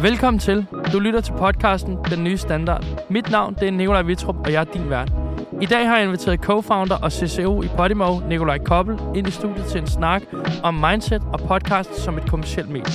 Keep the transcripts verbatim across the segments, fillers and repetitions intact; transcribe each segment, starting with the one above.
Velkommen til. Du lytter til podcasten Den Nye Standard. Mit navn det er Nikolaj Wittrup, og jeg er din vært. I dag har jeg inviteret co-founder og C C O i Podimo, Nikolaj Koppel, ind i studiet til en snak om mindset og podcast som et kommercielt medie.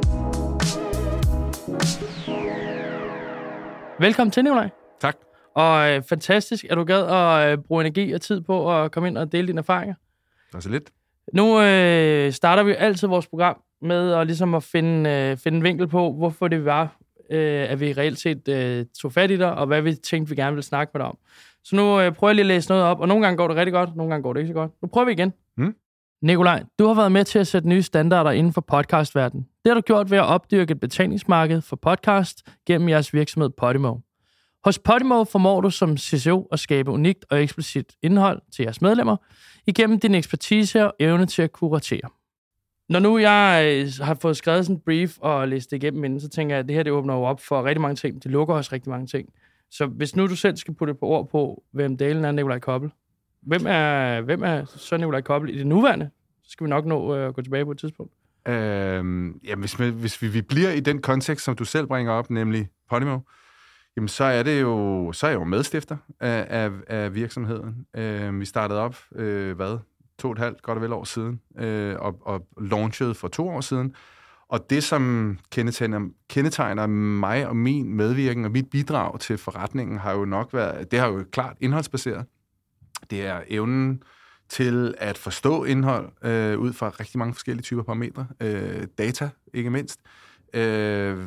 Velkommen til, Nikolaj. Tak. Og øh, fantastisk, at du gad at øh, bruge energi og tid på at komme ind og dele dine erfaringer. Det er så lidt. Nu øh, starter vi altid vores program med at, ligesom at finde, øh, finde en vinkel på, hvorfor det var, øh, at vi reelt set øh, tog fat i dig, og hvad vi tænkte, vi gerne ville snakke med dig om. Så nu øh, prøver jeg lige at læse noget op, og nogle gange går det rigtig godt, nogle gange går det ikke så godt. Nu prøver vi igen. Mm. Nikolaj, du har været med til at sætte nye standarder inden for podcastverdenen. Det har du gjort ved at opdyrke et betalingsmarked for podcast gennem jeres virksomhed Podimo. Hos Podimo formår du som C C O at skabe unikt og eksplicit indhold til jeres medlemmer, igennem din ekspertise og evne til at kuratere. Når nu jeg øh, har fået skrevet sådan en brief og læst det igennem inden, så tænker jeg, at det her det åbner jo op for rigtig mange ting. Det lukker også rigtig mange ting. Så hvis nu du selv skal putte et par ord på, hvem delen er Nikolaj Koppel, hvem er, hvem er så Nikolaj Koppel i det nuværende? Så skal vi nok nå at øh, gå tilbage på et tidspunkt. Øhm, ja, hvis, vi, hvis vi, vi bliver i den kontekst, som du selv bringer op, nemlig Podimo, jamen så er det jo, så er jeg jo medstifter af, af, af virksomheden. Øh, vi startede op, øh, hvad, to og et halvt, godt og vel år siden, øh, og, og launchede for to år siden. Og det, som kendetegner, kendetegner mig og min medvirken og mit bidrag til forretningen, har jo nok været, det har jo klart indholdsbaseret. Det er evnen til at forstå indhold øh, ud fra rigtig mange forskellige typer parametre. Øh, data, ikke mindst. Øh,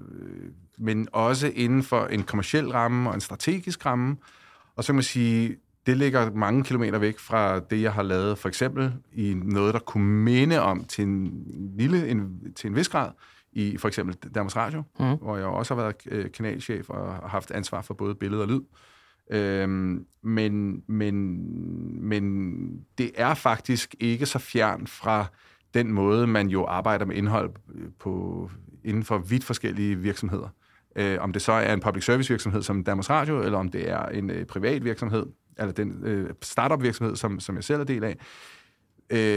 men også inden for en kommerciel ramme og en strategisk ramme. Og så kan man sige, det ligger mange kilometer væk fra det, jeg har lavet, for eksempel i noget, der kunne minde om til en lille, en, til en vis grad, i for eksempel Danmarks Radio, mm. hvor jeg også har været kanalchef og har haft ansvar for både billede og lyd. Øhm, men, men, men det er faktisk ikke så fjern fra den måde, man jo arbejder med indhold på, inden for vidt forskellige virksomheder. Øh, om det så er en public service virksomhed som Danmarks Radio, eller om det er en øh, privat virksomhed, eller den øh, startup virksomhed, som, som jeg selv er del af. Øh,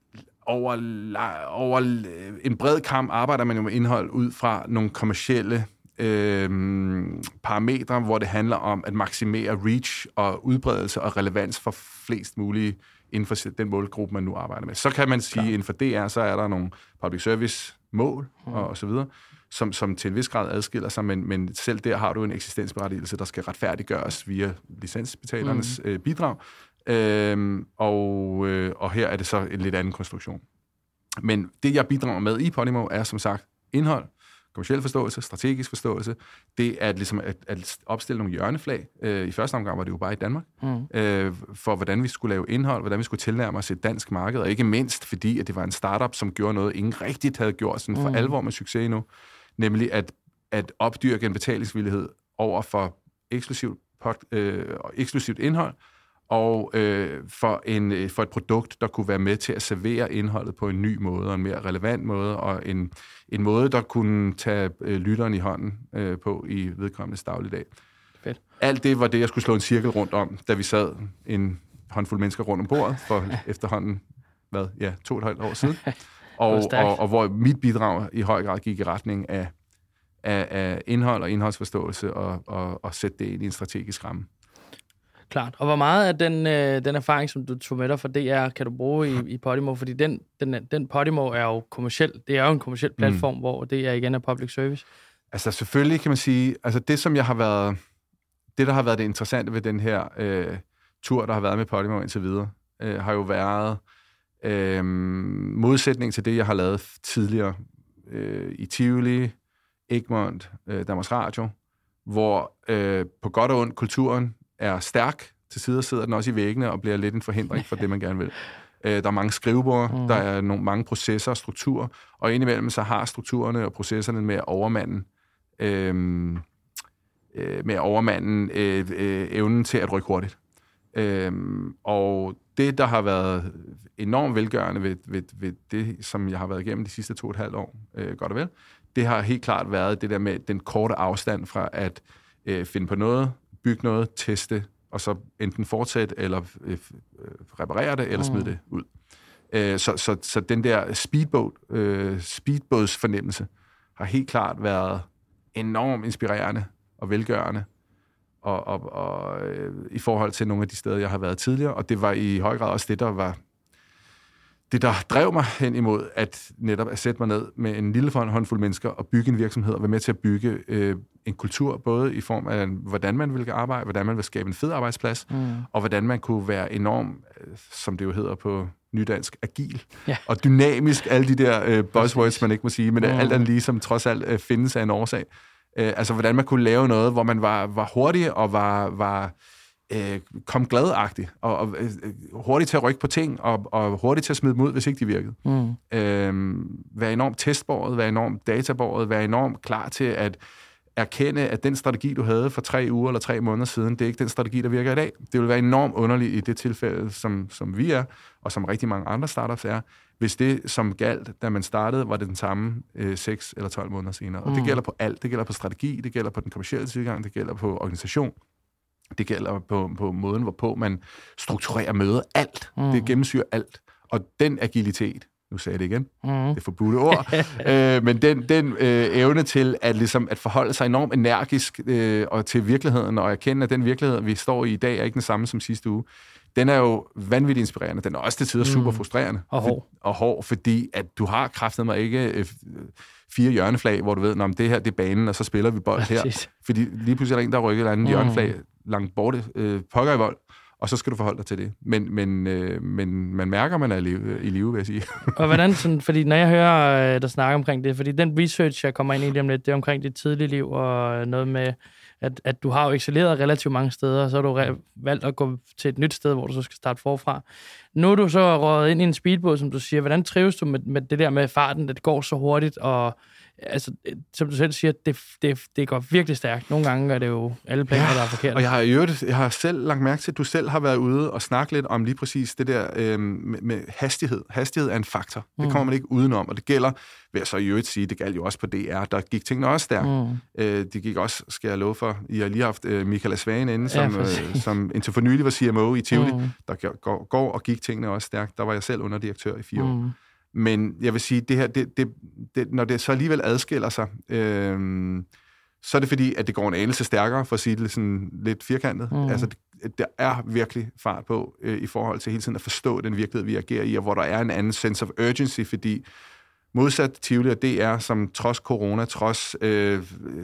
over, over en bred kam arbejder man jo med indhold ud fra nogle kommercielle øh, parametre, hvor det handler om at maksimere reach og udbredelse og relevans for flest mulige inden for den målgruppe, man nu arbejder med. Så kan man sige, at inden for D R, så er der nogle public service mål mm. og, og så videre, som, som til en vis grad adskiller sig, men, men selv der har du en eksistensberettigelse, der skal retfærdiggøres via licensbetalernes mm. øh, bidrag, øhm, og, øh, og her er det så en lidt anden konstruktion. Men det, jeg bidrager med i Podimo, er som sagt indhold, kommerciel forståelse, strategisk forståelse. Det er at, ligesom at, at opstille nogle hjørneflag. Øh, I første omgang var det jo bare i Danmark, mm. øh, for hvordan vi skulle lave indhold, hvordan vi skulle tilnærme os et dansk marked, og ikke mindst fordi, at det var en startup, som gjorde noget, ingen rigtigt havde gjort sådan for mm. alvor med succes endnu, nemlig at, at opdyrke en betalingsvillighed over for eksklusivt, pod, øh, eksklusivt indhold, og øh, for, en, for et produkt, der kunne være med til at servere indholdet på en ny måde, og en mere relevant måde, og en, en måde, der kunne tage øh, lytteren i hånden øh, på i vedkommendes dagligdag. Fedt. Alt det var det, jeg skulle slå en cirkel rundt om, da vi sad en håndfuld mennesker rundt om bordet, for efterhånden, hvad, ja, to og et halvt år siden. Og, og, og hvor mit bidrag i høj grad gik i retning af, af, af indhold og indholdsforståelse, og, og, og sætte det ind i en strategisk ramme. Klart. Og hvor meget af den, øh, den erfaring, som du tog med dig fra D R, kan du bruge i, i Podimo? Fordi den, den, den Podimo er jo kommerciel. Det er jo en kommerciel platform, mm. hvor det er igen er public service. Altså selvfølgelig kan man sige, altså det som jeg har været, det der har været det interessante ved den her øh, tur, der har været med Podimo indtil videre, øh, har jo været øh, modsætning til det, jeg har lavet tidligere øh, i Tivoli, Egmont, øh, Danmarks Radio, hvor øh, på godt og ondt kulturen er stærk, til sider sidder den også i væggene og bliver lidt en forhindring for det, man gerne vil. Der er mange skrivebord, mm. der er nogle, mange processer og strukturer, og indimellem så har strukturerne og processerne med at overmanden, øh, med at overmanden øh, øh, evnen til at rykke hurtigt. Øh, og det, der har været enormt velgørende ved, ved, ved det, som jeg har været igennem de sidste to og et halvt år, øh, godt og vel, det har helt klart været det der med den korte afstand fra at øh, finde på noget, bygge noget, teste, og så enten fortsætte, eller øh, reparere det, eller smide det ud. Øh, så, så, så den der speedboat, øh, speedboats fornemmelse, har helt klart været enormt inspirerende og velgørende og, og, og øh, i forhold til nogle af de steder, jeg har været tidligere. Og det var i høj grad også det, der var det, der drev mig hen imod, at netop at sætte mig ned med en lille håndfuld mennesker og bygge en virksomhed og være med til at bygge øh, en kultur, både i form af, hvordan man vil arbejde, hvordan man vil skabe en fed arbejdsplads, mm. og hvordan man kunne være enorm, som det jo hedder på nydansk, agil ja. og dynamisk, alle de der øh, buzzwords, man ikke må sige, men mm. alt andet lige, som trods alt øh, findes af en årsag. Øh, altså, hvordan man kunne lave noget, hvor man var, var hurtig og var... var øh, kom gladagtig og, og øh, hurtigt til at rykke på ting og, og hurtigt til at smide dem ud, hvis ikke de virkede. Mm. Øh, være enormt testbåret, være enormt databåret, være enormt klar til at erkende, at den strategi, du havde for tre uger eller tre måneder siden, det er ikke den strategi, der virker i dag. Det vil være enormt underligt i det tilfælde, som, som vi er, og som rigtig mange andre startups er, hvis det, som galt, da man startede, var det den samme øh, seks eller tolv måneder senere. Og mm. det gælder på alt. Det gælder på strategi, det gælder på den kommercielle tilgang, det gælder på organisation. Det gælder på, på måden, hvorpå man strukturerer møder. Alt. Mm. Det gennemsyrer alt. Og den agilitet, nu sagde jeg det igen, mm. det er forbudte ord, øh, men den, den øh, evne til at, ligesom, at forholde sig enormt energisk øh, og til virkeligheden, og erkende, at den virkelighed, vi står i i dag, er ikke den samme som sidste uge, den er jo vanvittigt inspirerende. Den er også til tider super frustrerende. Mm. Og hård. For, og hård, fordi at du har kraftedeme ikke øh, fire hjørneflag, hvor du ved, at det her det er banen, og så spiller vi bold her. Præcis. Fordi lige pludselig er der en, der rykker et andet mm. hjørneflag langt borte, øh, pokker i vold, og så skal du forholde dig til det. Men, men, øh, men man mærker, man er i live, i live vil jeg sige. Og hvordan, sådan, fordi når jeg hører der snakker omkring det, fordi den research, jeg kommer ind i lige om lidt, det er omkring dit tidlige liv, og noget med, at, at du har jo excelleret relativt mange steder, og så har du re- valgt at gå til et nyt sted, hvor du så skal starte forfra. Nu er du så røget ind i en speedbåd, som du siger. Hvordan trives du med, med det der med farten, at det går så hurtigt, og altså, som du selv siger, det, det, det går virkelig stærkt. Nogle gange er det jo alle planer, ja, der er forkert. Og jeg har, øvrigt, jeg har selv lagt mærke til, at du selv har været ude og snakke lidt om lige præcis det der øh, med, med hastighed. Hastighed er en faktor. Mm. Det kommer man ikke udenom, og det gælder, vil jeg så i øvrigt sige, det galt jo også på D R. Der gik tingene også stærkt. Mm. Øh, det gik også, skal jeg love for, I har lige haft øh, Michael Asvagen inde, som, ja, øh, som indtil for nylig var C M O i Tivoli. Mm. Der går, går og gik tingene også stærkt. Der var jeg selv underdirektør i fire mm. år. Men jeg vil sige, det her, det, det, det, når det så alligevel adskiller sig, øh, så er det fordi, at det går en anelse stærkere, for at sige det sådan lidt firkantet. Mm. Altså, det, der er virkelig fart på øh, i forhold til hele tiden at forstå den virkelighed, vi agerer i, og hvor der er en anden sense of urgency, fordi modsat Tivoli og D R, som trods corona, trods øh,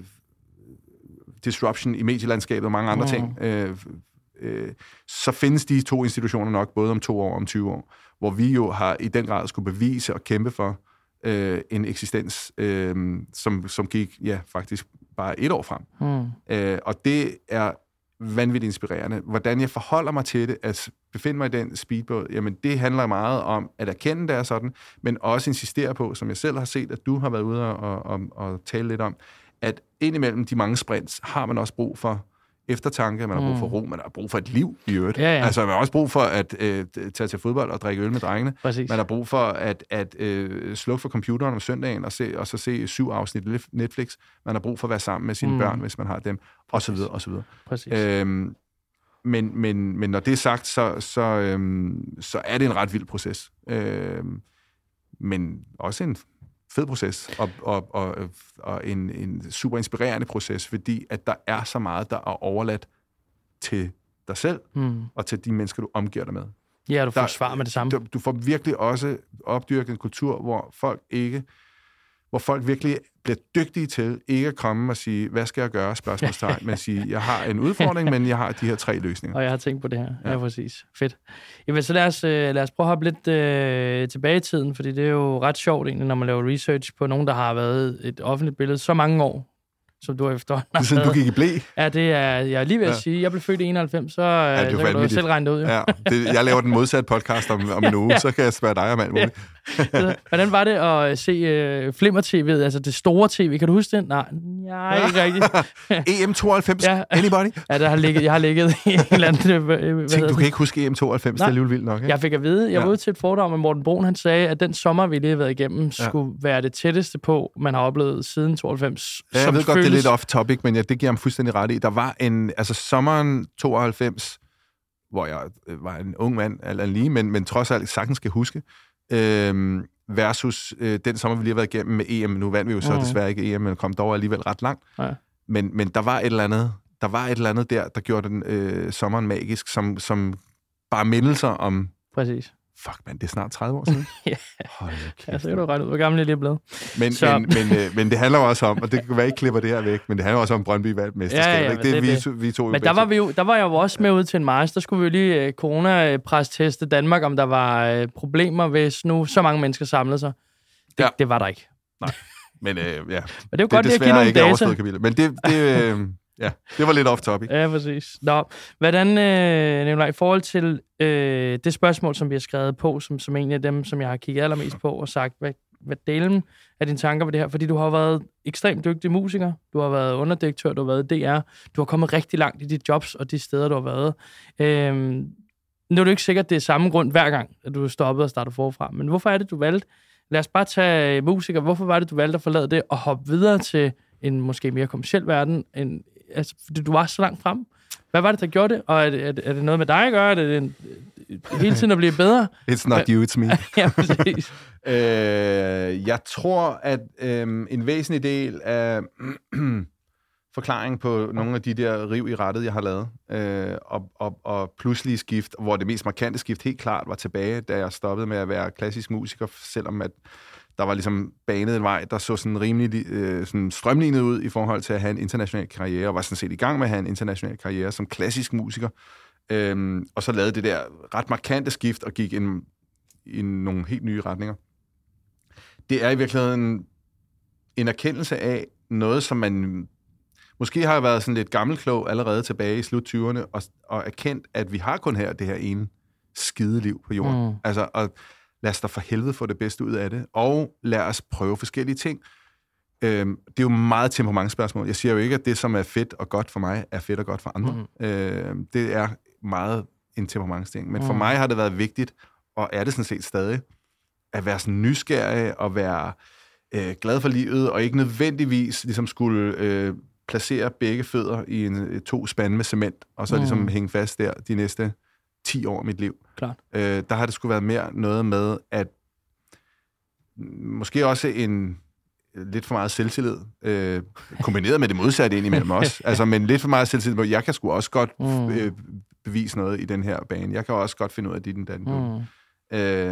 disruption i medielandskabet og mange andre mm. ting, øh, øh, så findes de to institutioner nok både om to år og om tyve år, hvor vi jo har i den grad skulle bevise og kæmpe for øh, en eksistens, øh, som, som gik, ja, faktisk bare et år frem. Mm. Øh, og det er vanvittigt inspirerende. Hvordan jeg forholder mig til det, at befinde mig i den speedbåd, jamen det handler meget om at erkende, det er sådan, men også insistere på, som jeg selv har set, at du har været ude og, og, og tale lidt om, at indimellem de mange sprints har man også brug for eftertanke, man har brug for ro, man har brug for et liv i øvrigt. Ja, ja. Altså, man har også brug for at øh, tage til fodbold og drikke øl med drengene. Præcis. Man har brug for at, at øh, slukke for computeren om søndagen og, se, og så se syv afsnit Netflix. Man har brug for at være sammen med sine mm. børn, hvis man har dem, og så videre, og så videre. Præcis. Øhm, men, men, men når det er sagt, så, så, øhm, så er det en ret vild proces. Øhm, men også en fed proces, og, og, og, og en, en super inspirerende proces, fordi at der er så meget, der er overladt til dig selv, mm. og til de mennesker, du omgiver dig med. Ja, du får der, svar med det samme. Du, du får virkelig også opdyrket en kultur, hvor folk ikke, hvor folk virkelig bliver dygtige til ikke at komme og sige, hvad skal jeg gøre, spørgsmålstegn, men sige, jeg har en udfordring, men jeg har de her tre løsninger. Og jeg har tænkt på det her. Ja, ja, præcis. Fedt. Jamen, så lad os, lad os prøve at hoppe lidt øh, tilbage i tiden, fordi det er jo ret sjovt egentlig, når man laver research på nogen, der har været et offentligt billede så mange år, som du har efterhånden. Det er sådan, du gik i blæ? Ja, det er jeg er lige ved at ja. sige. Jeg blev født i enoghalvfems, så, ja, så kan du selv regne det ud. Jo. Ja, det, jeg laver den modsatte podcast om, om en uge, ja. så kan jeg spørge dig om alt muligt. Ja. Hvordan var det at se uh, Flimmer-T V, altså det store tv? Kan du huske det? Nej, nej, ikke rigtigt. E M tooghalvfems, ja. Anybody? Ja, der har ligget, jeg har ligget i en eller anden... Tænk, du kan ikke huske E M tooghalvfems, det er alligevel vildt nok. Ikke? Jeg fik at vide, jeg var ude til et foredrag med Morten Brun, han sagde, at den sommer, vi lige har været igennem, ja. skulle være det tætteste på, man har oplevet siden tooghalvfems. Ja, jeg ved godt, føles... det er lidt off-topic, men ja, det giver ham fuldstændig ret i. Der var en, altså sommeren tooghalvfems, hvor jeg var en ung mand, eller lige, men, men trods alt sagtens skal huske, øhm, versus øh, den sommer, vi lige har været igennem med E M. Nu vandt vi jo så mm. desværre ikke E M, men kom dog alligevel ret langt. Ja. Men, men der var et eller andet, der var et eller andet der, der gjorde den øh, sommeren magisk, som, som bare mindelser om... Præcis. Fuck, man, det er snart tredive år siden. Ja, hold kæft. Ja, så kan du regne ud, hvor gammel det er blevet. Men, men, men, øh, men det handler også om, og det kan være, ikke klipper det her væk, men det handler også om Brøndby valgt mesterskab. Ja, ja, det, det, det, vi, det. vi to men der var, vi jo, der var jeg jo også med ud til en march. Der skulle vi jo lige uh, corona-pres-teste Danmark, om der var uh, problemer, hvis nu så mange mennesker samlede sig. Det, ja. det var der ikke. Nej, men øh, ja. Men det er jo godt, det at give nogle data. Men det, det, øh, ja, det var lidt off-topic. Ja, præcis. Nå, hvordan, øh, Nikolaj, i forhold til øh, det spørgsmål, som vi har skrevet på, som, som en af dem, som jeg har kigget allermest på, og sagt, hvad, hvad delen af dine tanker på det her? Fordi du har været ekstremt dygtig musiker, du har været underdirektør, du har været D R, du har kommet rigtig langt i de jobs og de steder, du har været. Øh, nu er det ikke sikkert, at det er samme grund hver gang, at du er stoppet og startet forfra, men hvorfor er det, du valgte? Lad os bare tage musiker. Hvorfor var det, du valgte at forlade det og hoppe videre til en måske mere kommerciel verden, end, altså, fordi du var så langt frem? Hvad var det, der gjorde det? Og er det, er det, er det noget med dig at gøre? Er det en, hele tiden at blive bedre? It's not you, it's me. Ja, præcis. øh, jeg tror, at øh, en væsentlig del af forklaringen på nogle af de der riv i rettet, jeg har lavet, øh, og, og, og pludselige skift, hvor det mest markante skift helt klart var tilbage, da jeg stoppede med at være klassisk musiker, selvom at der var ligesom banet en vej, der så sådan rimelig øh, sådan strømlignet ud i forhold til at have en international karriere, og var sådan set i gang med at have en international karriere som klassisk musiker. Øhm, og så lavede det der ret markante skift og gik ind i nogle helt nye retninger. Det er i virkeligheden en erkendelse af noget, som man måske har været sådan lidt gammelklog allerede tilbage i slut tyverne, og, og erkendt, at vi har kun her det her ene skide liv på jorden. Mm. Altså, og lad os da for helvede få det bedste ud af det, og lad os prøve forskellige ting. Øhm, det er jo meget temperamentsspørgsmål. Jeg siger jo ikke, at det, som er fedt og godt for mig, er fedt og godt for andre. Mm. Øhm, det er meget en temperamentsting. Men mm. for mig har det været vigtigt, og er det sådan set stadig, at være sådan nysgerrig og være øh, glad for livet, og ikke nødvendigvis ligesom skulle øh, placere begge fødder i en, to spande med cement, og så mm. ligesom hænge fast der de næste ti år af mit liv. Klart. Øh, der har det sgu været mere noget med, at måske også en lidt for meget selvtillid, øh, kombineret med det modsatte ind imellem os. Altså, men lidt for meget selvtillid, hvor jeg kan sgu også godt mm. øh, bevise noget i den her bane. Jeg kan også godt finde ud af dit den den. Mm. Øh,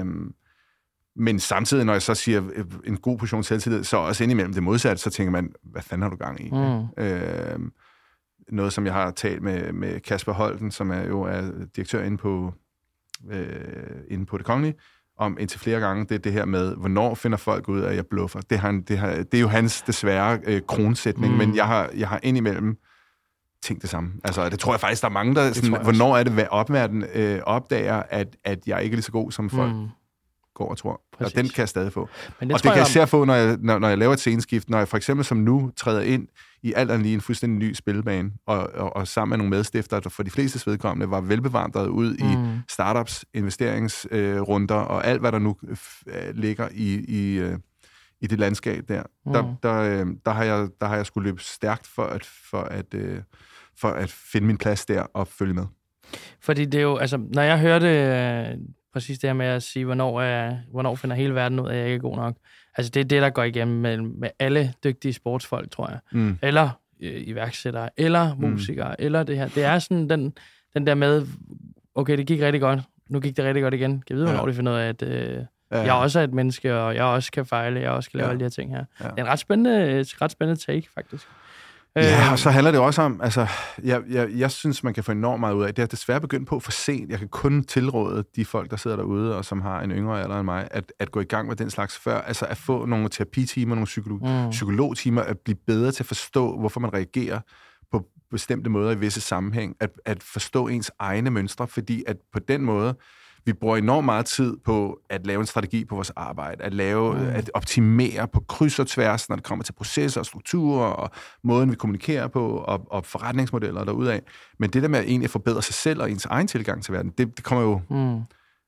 men samtidig, når jeg så siger en god portion selvtillid, så også ind imellem det modsatte, så tænker man, hvad fanden har du gang i? Mm. Øh, noget, som jeg har talt med, med Kasper Holten, som er jo er direktør inde på, øh, inde på Det Kongelige, om indtil flere gange, det er det her med, hvornår finder folk ud af, at jeg bluffer. Det, har, det, har, det er jo hans desværre øh, kronsætning, mm. men jeg har, jeg har indimellem tænkt det samme. Altså, det tror jeg faktisk, der er mange, der sådan, hvornår er det, at opverdenen øh, opdager, at, at jeg ikke er lige så god, som folk mm. går og tror. Præcis. Og den kan jeg stadig få. Men det og det kan jeg, jeg især få, når jeg, når, når jeg laver et sceneskift, når jeg for eksempel som nu træder ind i alt andet lige en fuldstændig ny spillebane, og, og, og sammen med nogle medstiftere, der for de flestes vedkommende var velbevandret ud mm. i startups, investeringsrunder øh, og alt, hvad der nu øh, ligger i, i, øh, i det landskab der. Mm. Der, der, øh, der, har jeg, der har jeg skulle løbe stærkt for at, for, at, øh, for at finde min plads der og følge med. Fordi det er jo, altså, når jeg hørte øh, præcis det her med at sige, hvornår, er, hvornår finder hele verden ud af, at jeg ikke er god nok. Altså, det er det, der går igennem med, med alle dygtige sportsfolk, tror jeg. Mm. Eller øh, iværksættere, eller musikere, mm. eller det her. Det er sådan den, den der med, okay, det gik rigtig godt. Nu gik det rigtig godt igen. Kan jeg vide, hvornår ja. de finder ud af, at øh, ja, ja. jeg også er et menneske, og jeg også kan fejle, jeg også kan lave ja. alle de her ting her. Ja. Det er en ret spændende, ret spændende take, faktisk. Ja, og så handler det også om, altså, jeg, jeg, jeg synes, man kan få enormt meget ud af. Det er desværre begyndt på for sent. Jeg kan kun tilråde de folk, der sidder derude, og som har en yngre alder end mig, at, at gå i gang med den slags før. Altså at få nogle terapitimer, nogle psykolog, mm. psykologtimer, at blive bedre til at forstå, hvorfor man reagerer på bestemte måder i visse sammenhæng. At, at forstå ens egne mønstre, fordi at på den måde, vi bruger enormt meget tid på at lave en strategi på vores arbejde, at lave, mm. at optimere på kryds og tværs, når det kommer til processer og strukturer, og måden, vi kommunikerer på, og, og forretningsmodeller derudaf. Men det der med at egentlig forbedre sig selv og ens egen tilgang til verden, det, det kommer jo... Mm.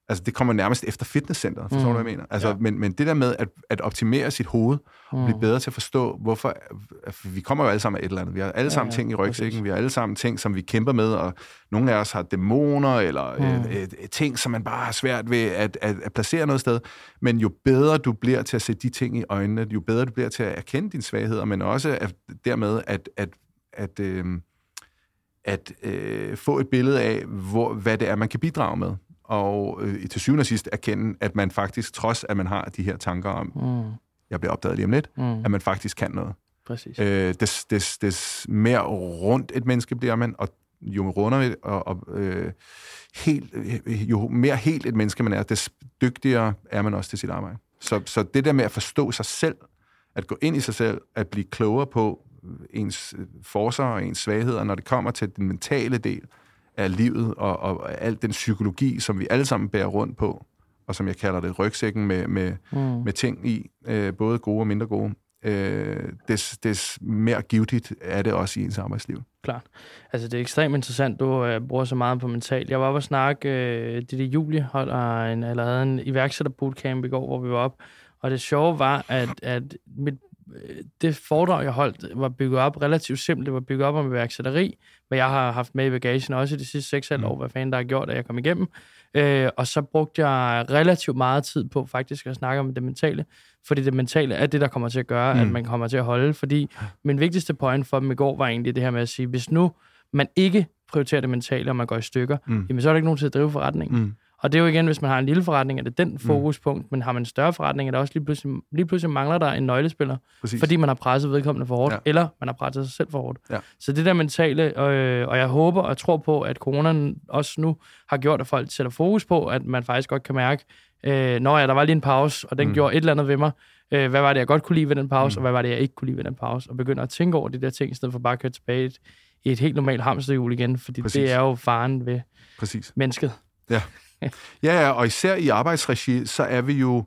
Altså, det kommer nærmest efter fitnesscenteret, forstår mm. du, hvad jeg mener? Altså, ja. men, men det der med at, at optimere sit hoved, og blive bedre til at forstå, hvorfor... Vi kommer jo alle sammen af et eller andet. Vi har alle sammen ja, ja, ting i rygsækken, præcis. Vi har alle sammen ting, som vi kæmper med, og nogle af os har dæmoner, eller mm. øh, øh, ting, som man bare har svært ved at, at, at placere noget sted. Men jo bedre du bliver til at se de ting i øjnene, jo bedre du bliver til at erkende dine svagheder, men også at, dermed at... at, at øh, at øh, få et billede af, hvor, hvad det er, man kan bidrage med. Og øh, til syvende og sidst erkende, at man faktisk, trods at man har de her tanker om, mm. jeg bliver opdaget lige om lidt, mm. at man faktisk kan noget. Præcis. Øh, des, des, des mere rundt et menneske bliver man, og jo rundere og, og øh, helt, jo mere helt et menneske man er, des dygtigere er man også til sit arbejde. Så, så det der med at forstå sig selv, at gå ind i sig selv, at blive klogere på ens forcer og ens svagheder, når det kommer til den mentale del af livet, og, og al den psykologi, som vi alle sammen bærer rundt på, og som jeg kalder det rygsækken med, med, mm. med ting i, øh, både gode og mindre gode, øh, des, des mere givtigt er det også i ens arbejdsliv. Klart. Altså, det er ekstremt interessant, du øh, bruger så meget på mental. Jeg var oppe og snakke, øh, det der Julie holder en, eller havde en iværksætter bootcamp i går, hvor vi var op, og det sjove var, at, at mit det foredrag, jeg holdt, var bygget op relativt simpelt. Det var bygget op om iværksætteri, hvad jeg har haft med i bagagen også i de sidste seks mm. år, hvad fanden der har gjort, at jeg kom igennem. Øh, og så brugte jeg relativt meget tid på faktisk at snakke om det mentale, fordi det mentale er det, der kommer til at gøre, mm. at man kommer til at holde. Fordi min vigtigste point for dem i går var egentlig det her med at sige, hvis nu man ikke prioriterer det mentale, og man går i stykker, mm. jamen så er der ikke nogen til at drive forretningen. Mm. Og det er jo igen, hvis man har en lille forretning, er det den fokuspunkt, mm. men har man en større forretning, er der også lige pludselig, lige pludselig mangler der en nøglespiller, præcis. Fordi man har presset vedkommende for hårdt, ja. Eller man har presset sig selv for hårdt. Ja. Så det der mentale, øh, og jeg håber og tror på, at coronaen også nu har gjort, at folk sætter fokus på, at man faktisk godt kan mærke, øh, når ja, der var lige en pause, og den mm. gjorde et eller andet ved mig. Øh, hvad var det, jeg godt kunne lide ved den pause, mm. og hvad var det, jeg ikke kunne lide ved den pause? Og begynder at tænke over de der ting, i stedet for bare at køre tilbage i et, i et helt normalt hamsterhjul igen, fordi præcis. Det er jo faren ved præcis. Mennesket. Ja. Ja, ja, og især i arbejdsregi, så er vi jo,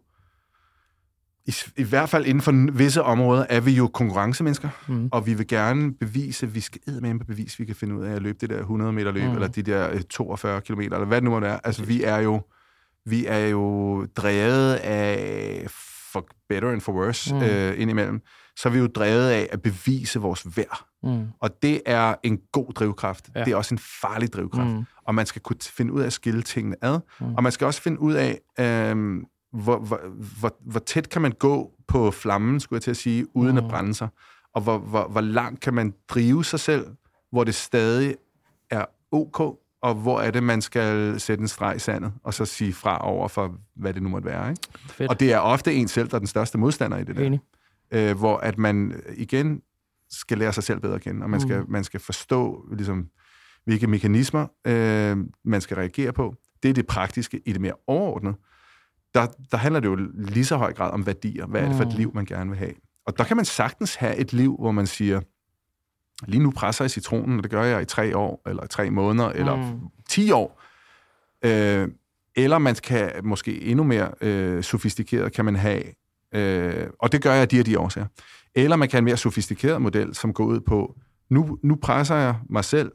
i, i hvert fald inden for visse områder, er vi jo konkurrencemennesker, mm. og vi vil gerne bevise, vi skal eddermame på bevis, vi kan finde ud af at løbe det der hundrede meter løb, mm. eller de der toogfyrre kilometer, eller hvad det nu er. Altså, vi er jo, vi er jo drevet af, for better and for worse, mm. øh, indimellem, så er vi jo drevet af at bevise vores værd. Mm. Og det er en god drivkraft. Ja. Det er også en farlig drivkraft. Mm. Og man skal kunne finde ud af at skille tingene ad. Mm. Og man skal også finde ud af, øh, hvor, hvor, hvor, hvor tæt kan man gå på flammen, skulle jeg til at sige, uden mm. at brænde sig. Og hvor, hvor, hvor langt kan man drive sig selv, hvor det stadig er ok, og hvor er det, man skal sætte en streg i sandet, og så sige fra over for, hvad det nu måtte være. Ikke? Og det er ofte en selv, der er den største modstander i det der. Øh, hvor at man igen skal lære sig selv bedre at kende, og man skal, mm. man skal forstå, ligesom, hvilke mekanismer øh, man skal reagere på. Det er det praktiske. I det mere overordnede, der, der handler det jo lige så høj grad om værdier. Hvad er det for et liv, man gerne vil have? Og der kan man sagtens have et liv, hvor man siger, lige nu presser jeg citronen, og det gør jeg i tre år, eller tre måneder, eller mm. ti år. Øh, eller man kan måske endnu mere øh, sofistikeret, kan man have, øh, og det gør jeg af de her de årsager. Eller man kan have en mere sofistikeret model, som går ud på, nu, nu presser jeg mig selv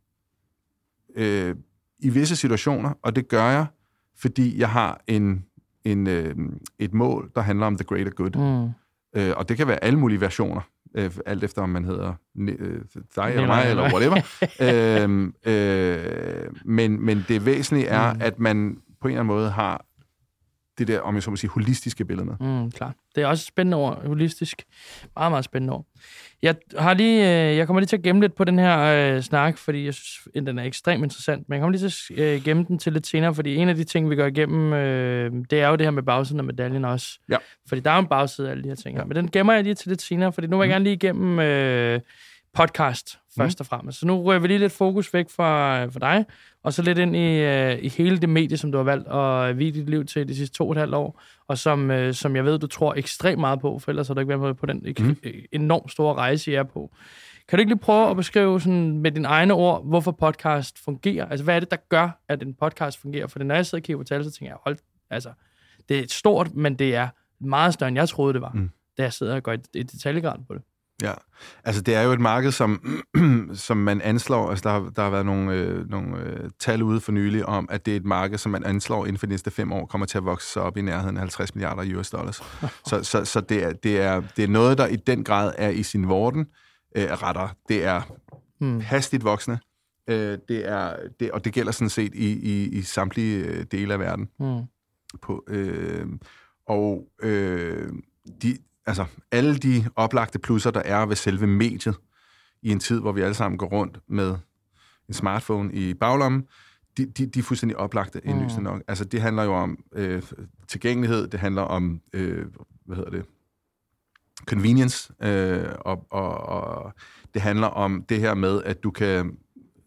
øh, i visse situationer, og det gør jeg, fordi jeg har en, en, øh, et mål, der handler om the greater good. Mm. Øh, og det kan være alle mulige versioner, øh, alt efter om man hedder øh, dig eller mig, eller whatever. øh, øh, men, men det væsentlige er, mm. at man på en eller anden måde har det der, om jeg så må sige, holistiske billede med. Mm, klart. Det er også spændende ord, holistisk. Meget, meget spændende ord. Jeg, har lige, øh, jeg kommer lige til at gemme lidt på den her øh, snak, fordi jeg synes, den er ekstremt interessant, men jeg kommer lige til at øh, gemme den til lidt senere, fordi en af de ting, vi går igennem, øh, det er jo det her med bagsiden af medaljen også. Ja. Fordi der er jo en bagside af alle de her ting. Ja. Men den gemmer jeg lige til lidt senere, fordi nu vil jeg mm. gerne lige igennem øh, podcast først og fremmest. Så nu rører vi lige lidt fokus væk fra, fra dig, og så lidt ind i, øh, i hele det medie, som du har valgt at vie dit liv til de sidste to og et halvt år, og som, øh, som jeg ved, du tror ekstremt meget på, for ellers har du ikke været med på den mm. enormt store rejse, jeg er på. Kan du ikke lige prøve at beskrive sådan, med dine egne ord, hvorfor podcast fungerer? Altså, hvad er det, der gør, at en podcast fungerer? For når jeg sidder og kigger på tal, så tænker jeg, hold, altså, det er stort, men det er meget større, end jeg troede, det var, mm. da jeg sidder og går i, i detaljegraden på det. Ja, altså det er jo et marked, som, som man anslår, altså der har, der har været nogle, øh, nogle øh, tal ude for nylig om, at det er et marked, som man anslår inden for de næste fem år, kommer til at vokse sig op i nærheden af halvtreds milliarder U S dollars. så så, så det, er, det, er, det er noget, der i den grad er i sin vorden, øh, retter. Det er hmm. hastigt voksende, øh, det er, det, og det gælder sådan set i, i, i samtlige dele af verden. Hmm. På, øh, og øh, de... Altså, alle de oplagte plusser, der er ved selve mediet, i en tid, hvor vi alle sammen går rundt med en smartphone i baglommen, de, de, de er fuldstændig oplagte, indlysende nok. Altså, det handler jo om øh, tilgængelighed, det handler om, øh, hvad hedder det, convenience, øh, og, og, og det handler om det her med, at du kan,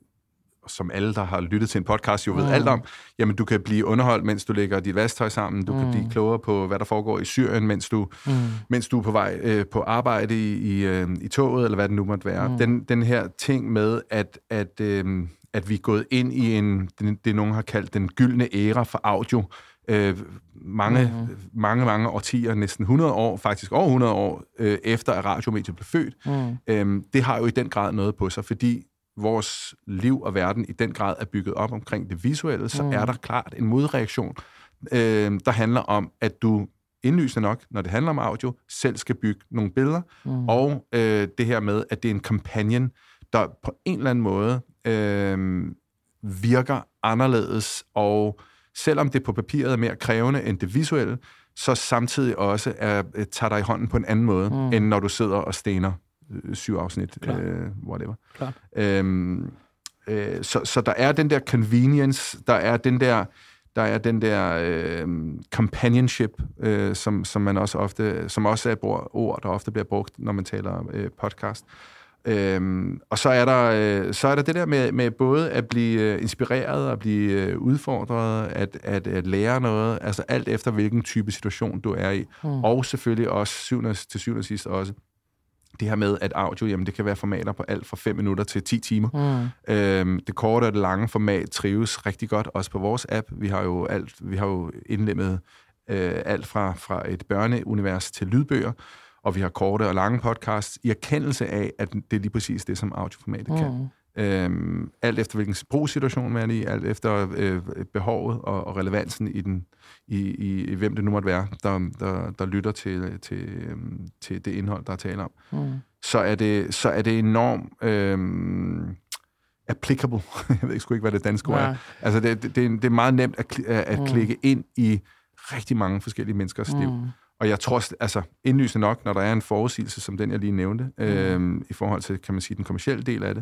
som alle, der har lyttet til en podcast, jo ved mm. alt om, jamen du kan blive underholdt, mens du lægger dit vasktøj sammen, du mm. kan blive klogere på, hvad der foregår i Syrien, mens du, mm. mens du er på vej øh, på arbejde i, i, øh, i toget, eller hvad det nu måtte være. Mm. Den, den her ting med, at, at, øh, at vi er gået ind i en, det, det nogen har kaldt den gyldne æra for audio, øh, mange, mm. mange, mange årtier, næsten hundrede år, faktisk over hundrede år, øh, efter at radiomediet blev født. Mm. Øh, det har jo i den grad noget på sig, fordi vores liv og verden i den grad er bygget op omkring det visuelle, så mm. er der klart en modreaktion, øh, der handler om, at du indlysende nok, når det handler om audio, selv skal bygge nogle billeder, mm. og øh, det her med, at det er en companion, der på en eller anden måde øh, virker anderledes, og selvom det på papiret er mere krævende end det visuelle, så samtidig også er, tager dig i hånden på en anden måde, mm. end når du sidder og stener syv afsnit, øh, whatever. Øhm, øh, så, så der er den der convenience, der er den der, der er den der øh, companionship, øh, som, som man også ofte, som også er et ord, der ofte bliver brugt, når man taler øh, podcast. Øhm, og så er der, øh, så er der det der med, med både at blive inspireret og blive øh, udfordret, at, at, at lære noget, altså alt efter hvilken type situation du er i, mm. og selvfølgelig også syvende, til syvende og sidst også det her med, at audio, jamen det kan være formater på alt fra fem minutter til ti timer. Mm. Øhm, det korte og det lange format trives rigtig godt, også på vores app. Vi har jo alt, vi har jo indlemmet øh, alt fra, fra et børneunivers til lydbøger, og vi har korte og lange podcasts i erkendelse af, at det er lige præcis det, som audioformatet mm. kan. Øhm, alt efter hvilken brugssituation man er i, alt efter øh, behovet og, og relevansen i den, i, i, i hvem det nu måtte være, der, der, der lytter til, til, øhm, til det indhold, der er tale om. Mm. Så, er det, så er det enormt øhm, applicable. Jeg ved ikke sgu ikke, hvad det danske ord er. Altså, det, det, det er meget nemt at, at mm. klikke ind i rigtig mange forskellige menneskers mm. liv. Og jeg tror, altså indlysende nok, når der er en forudsigelse, som den, jeg lige nævnte, mm. øhm, i forhold til, kan man sige, den kommercielle del af det,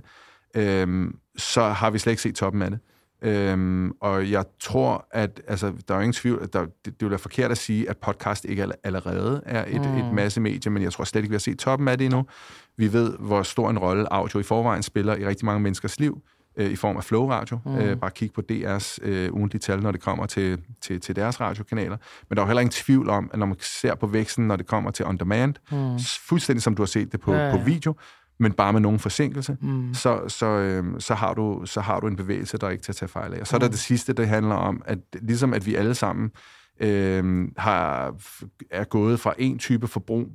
Øhm, så har vi slet ikke set toppen af det. Øhm, og jeg tror, at altså, der er jo ingen tvivl, at der, det, det vil være forkert at sige, at podcast ikke allerede er et, mm. et masse medie, men jeg tror slet ikke, vi har set toppen af det endnu. Vi ved, hvor stor en rolle audio i forvejen spiller i rigtig mange menneskers liv, øh, i form af Flow-radio. Mm. Øh, bare kig på D R's øh, ugentlige tal, når det kommer til, til, til deres radiokanaler. Men der er jo heller ingen tvivl om, at når man ser på væksten, når det kommer til on-demand, mm. fuldstændig som du har set det på, ja, ja. på video, men bare med nogen forsinkelse, mm. så, så, øhm, så, har du, så har du en bevægelse, der er ikke til at tage fejl af. Og så er der det sidste, det handler om, at ligesom at vi alle sammen øhm, har, er gået fra en type forbrug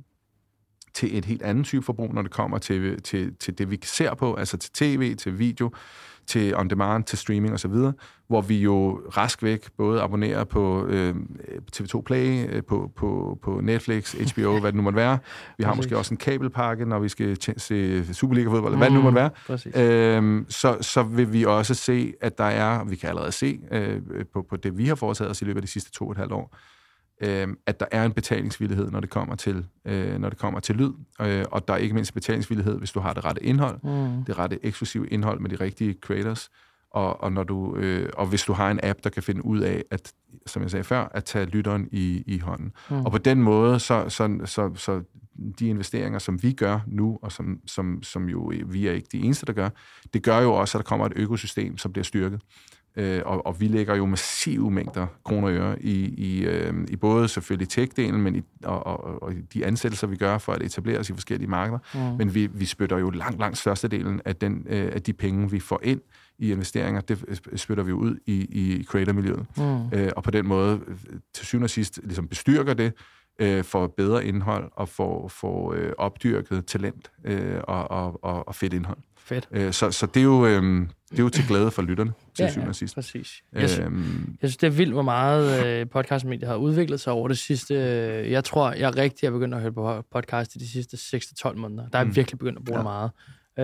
til et helt andet type forbrug, når det kommer til, til, til det, vi ser på, altså til tv, til video, til on-demand, til streaming osv., hvor vi jo rask væk både abonnerer på øh, T V to Play, øh, på, på, på Netflix, H B O, hvad det nu måtte være. Vi har måske også en kabelpakke, når vi skal t- se Superliga-fodbold, mm, hvad det nu måtte være. Øhm, så, så vil vi også se, at der er, vi kan allerede se øh, på, på det, vi har foretaget os i løbet af de sidste to og et halvt år, øh, at der er en betalingsvillighed, når det kommer til, øh, når det kommer til lyd, øh, og der er ikke mindst betalingsvillighed, hvis du har det rette indhold, mm. det rette eksklusive indhold med de rigtige creators, og, og, når du, øh, og hvis du har en app, der kan finde ud af, at, som jeg sagde før, at tage lytteren i, i hånden. Mm. Og på den måde, så, så, så, så de investeringer, som vi gør nu, og som, som, som jo vi er ikke de eneste, der gør, det gør jo også, at der kommer et økosystem, som bliver styrket. Øh, og, og vi lægger jo massive mængder kroner og øre i, i, øh, i både selvfølgelig tech-delen, men i, og, og, og de ansættelser, vi gør for at etablere os i forskellige markeder. Mm. Men vi, vi spytter jo langt, langt størstedelen af, den, øh, af de penge, vi får ind i investeringer, det spytter vi ud i, i creator-miljøet. Mm. Øh, og på den måde, til syvende og sidst, ligesom bestyrker det øh, får bedre indhold og får, får øh, opdyrket talent øh, og, og, og, og fedt indhold. Fedt. Øh, så, så det er jo... Øh, Det er jo til glæde for lytterne, til ja, syvende og ja, sidst. præcis. Jeg, sy- Øhm, jeg synes, det er vildt, hvor meget øh, podcastmedier har udviklet sig over det sidste... Øh, jeg tror, jeg rigtig er begyndt at høre på podcast i de sidste seks til tolv måneder. Der er mm. virkelig begyndt at bruge ja. det meget.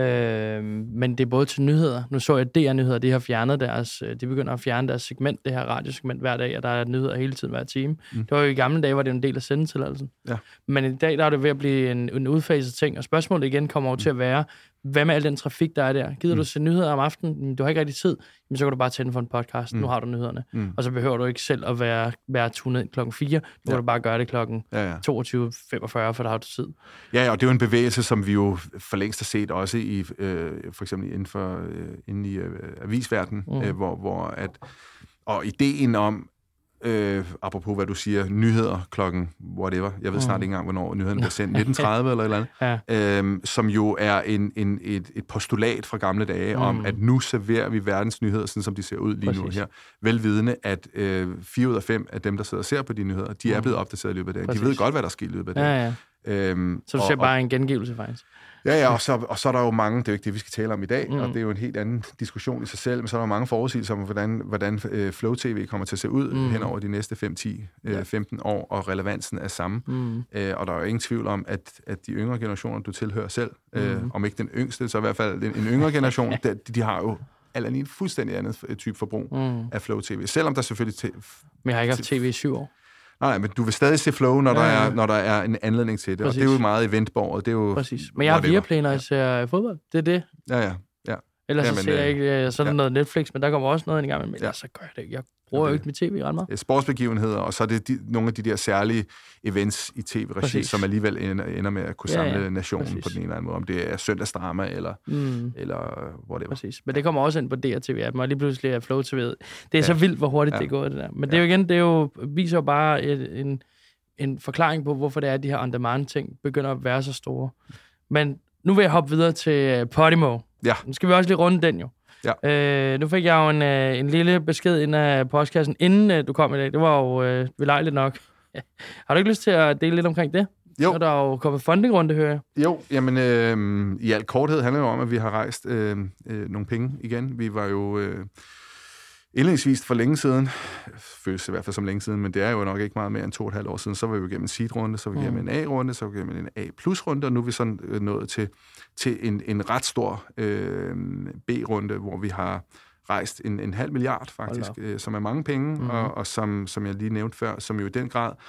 Øh, men det er både til nyheder. Nu så jeg, at D R-nyheder, de har fjernet deres... De begynder at fjerne deres segment, det her radiosegment hver dag, og der er nyheder hele tiden hver time. Mm. Det var jo i gamle dage, hvor det var en del af sendetilladelsen. Ja. Men i dag, der er det ved at blive en, en udfaset ting, og spørgsmålet igen kommer over mm. til at være... Hvad med al den trafik, der er der? Gider mm. du se nyheder om aftenen? Du har ikke rigtig tid. Men så kan du bare tænde for en podcast. Mm. Nu har du nyhederne. Mm. Og så behøver du ikke selv at være, være tunet ind klokken fire. Nu ja. kan du bare gøre det klokken ja, ja. toogtyve femogfyrre, for der har du tid. Ja, og det er jo en bevægelse, som vi jo for længst har set også i, øh, for eksempel inden, for, øh, inden i øh, avisverdenen, mm. øh, hvor, hvor at, og ideen om, Øh, apropos hvad du siger, nyheder klokken whatever, jeg ved snart mm. ikke engang, hvornår nyhederne bliver sendt, nitten tredive eller et eller andet, ja. øhm, som jo er en, en, et, et postulat fra gamle dage, mm. om at nu serverer vi verdens nyheder, sådan som de ser ud lige Præcis. nu her. Velvidende, at øh, fire ud af fem af dem, der sidder og ser på de nyheder, de er blevet opdateret i løbet af dagen. Præcis. De ved godt, hvad der sker i løbet af dagen. Ja, ja. Øhm, så du ser og, bare en gengivelse faktisk. Ja, ja, og så, og så er der jo mange, det er jo ikke det, vi skal tale om i dag, mm. og det er jo en helt anden diskussion i sig selv, men så er der jo mange forudsigelser om, hvordan, hvordan uh, Flow T V kommer til at se ud mm. hen over de næste fem, ti, uh, femten år, og relevansen er samme. Mm. Uh, og der er jo ingen tvivl om, at, at de yngre generationer, du tilhører selv, uh, mm. om ikke den yngste, så i hvert fald en, en yngre generation, de, de har jo alt andet en fuldstændig andet type forbrug mm. af Flow T V, selvom der selvfølgelig... T- men jeg har ikke haft tv i syv år. Nej, men du vil stadig se Flow, når, ja, ja. Der, er, når der er en anledning til det. Præcis. Og det er jo meget eventbordet. Det er jo Præcis. Men jeg har Viaplay, når jeg ser fodbold. Det er det. Ja, ja. ja. Ellers ja, så men, ser jeg ikke sådan ja. noget Netflix, men der kommer også noget en gang, men ja. så gør jeg det ikke. Jeg bruger jo okay. ikke mit tv ret meget. Sportsbegivenheder, og så er det de, nogle af de der særlige events i tv-regi, som alligevel ender, ender med at kunne samle ja, ja. nationen Præcis. på den ene eller anden måde. Om det er søndagsdrama eller, mm. eller whatever. Præcis. Men det kommer også ind på D R T V-appen, og lige pludselig er Flow T V. Det er ja. så vildt, hvor hurtigt ja. det er gået, det der. Men ja. det er jo igen, det er jo, viser jo bare et, en... en forklaring på, hvorfor det er, at de her on-demand-ting begynder at være så store. Men nu vil jeg hoppe videre til Podimo. Ja. Nu skal vi også lige runde den jo. Ja. Øh, nu fik jeg jo en, øh, en lille besked ind af postkassen, inden øh, du kom i dag. Det var jo øh, belejligt nok. Ja. Har du ikke lyst til at dele lidt omkring det? Jo. Og der er jo kommet fundingrunde, hører jeg. Jo, jamen øh, i al korthed handler det om, at vi har rejst øh, øh, nogle penge igen. Vi var jo... Øh, Indledningsvis for længe siden, føles i hvert fald som længe siden, men det er jo nok ikke meget mere end to og et halvt år siden, så var vi igennem en seed-runde, så var vi igennem mm. en A-runde, så var vi igennem en A-plus-runde, og nu er vi sådan nået til, til en, en ret stor øh, B-runde, hvor vi har rejst en, en halv milliard faktisk, øh, som er mange penge, mm. og, og som, som jeg lige nævnte før, som jo i den grad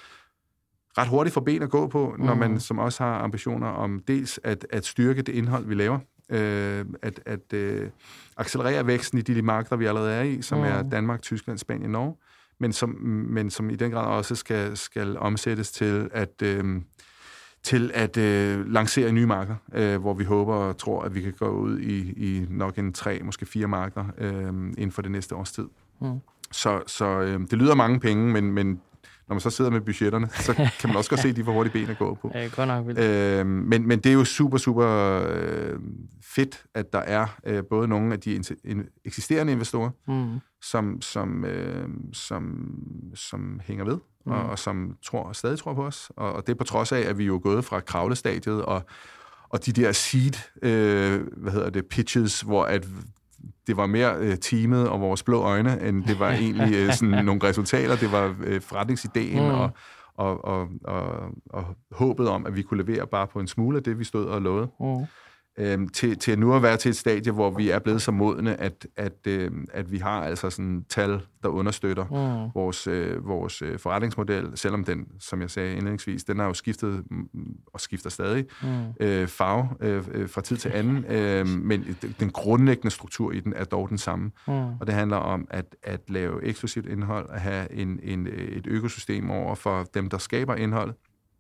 ret hurtigt får ben at gå på, når mm. man som også har ambitioner om dels at, at styrke det indhold, vi laver, øh, at, at øh, accelerere væksten i de markeder, vi allerede er i, som mm. er Danmark, Tyskland, Spanien, Norge, men som, men som i den grad også skal, skal omsættes til at, øh, til at øh, lancere nye markeder, øh, hvor vi håber og tror, at vi kan gå ud i, i nok en tre, måske fire markeder øh, inden for det næste års tid. Mm. Så, så øh, det lyder mange penge, men, men når man så sidder med budgetterne, så kan man også godt se, at de får hurtigt ben at gå på. Ja, godt nok vildt. Øh, men, men det er jo super, super øh, fedt, at der er øh, både nogle af de eksisterende investorer, mm. som, som, øh, som, som hænger ved, mm. og, og som tror, stadig tror på os. Og, og det er på trods af, at vi jo er gået fra kravlestadiet og, og de der seed, øh, hvad hedder det, pitches, hvor at det var mere øh, teamet og vores blå øjne, end det var egentlig øh, sådan nogle resultater. Det var øh, forretningsideen mm. og, og, og, og, og håbet om, at vi kunne levere bare på en smule af det, vi stod og lovede. Mm. Øhm, til, til nu at være til et stadie, hvor vi er blevet så modne, at, at, øh, at vi har altså sådan tal, der understøtter mm. vores, øh, vores øh, forretningsmodel, selvom den, som jeg sagde indledningsvis, den har jo skiftet og skifter stadig mm. øh, farve øh, fra tid til anden, øh, men den grundlæggende struktur i den er dog den samme. Mm. Og det handler om at, at lave eksklusivt indhold, at have en, en, et økosystem over for dem, der skaber indhold,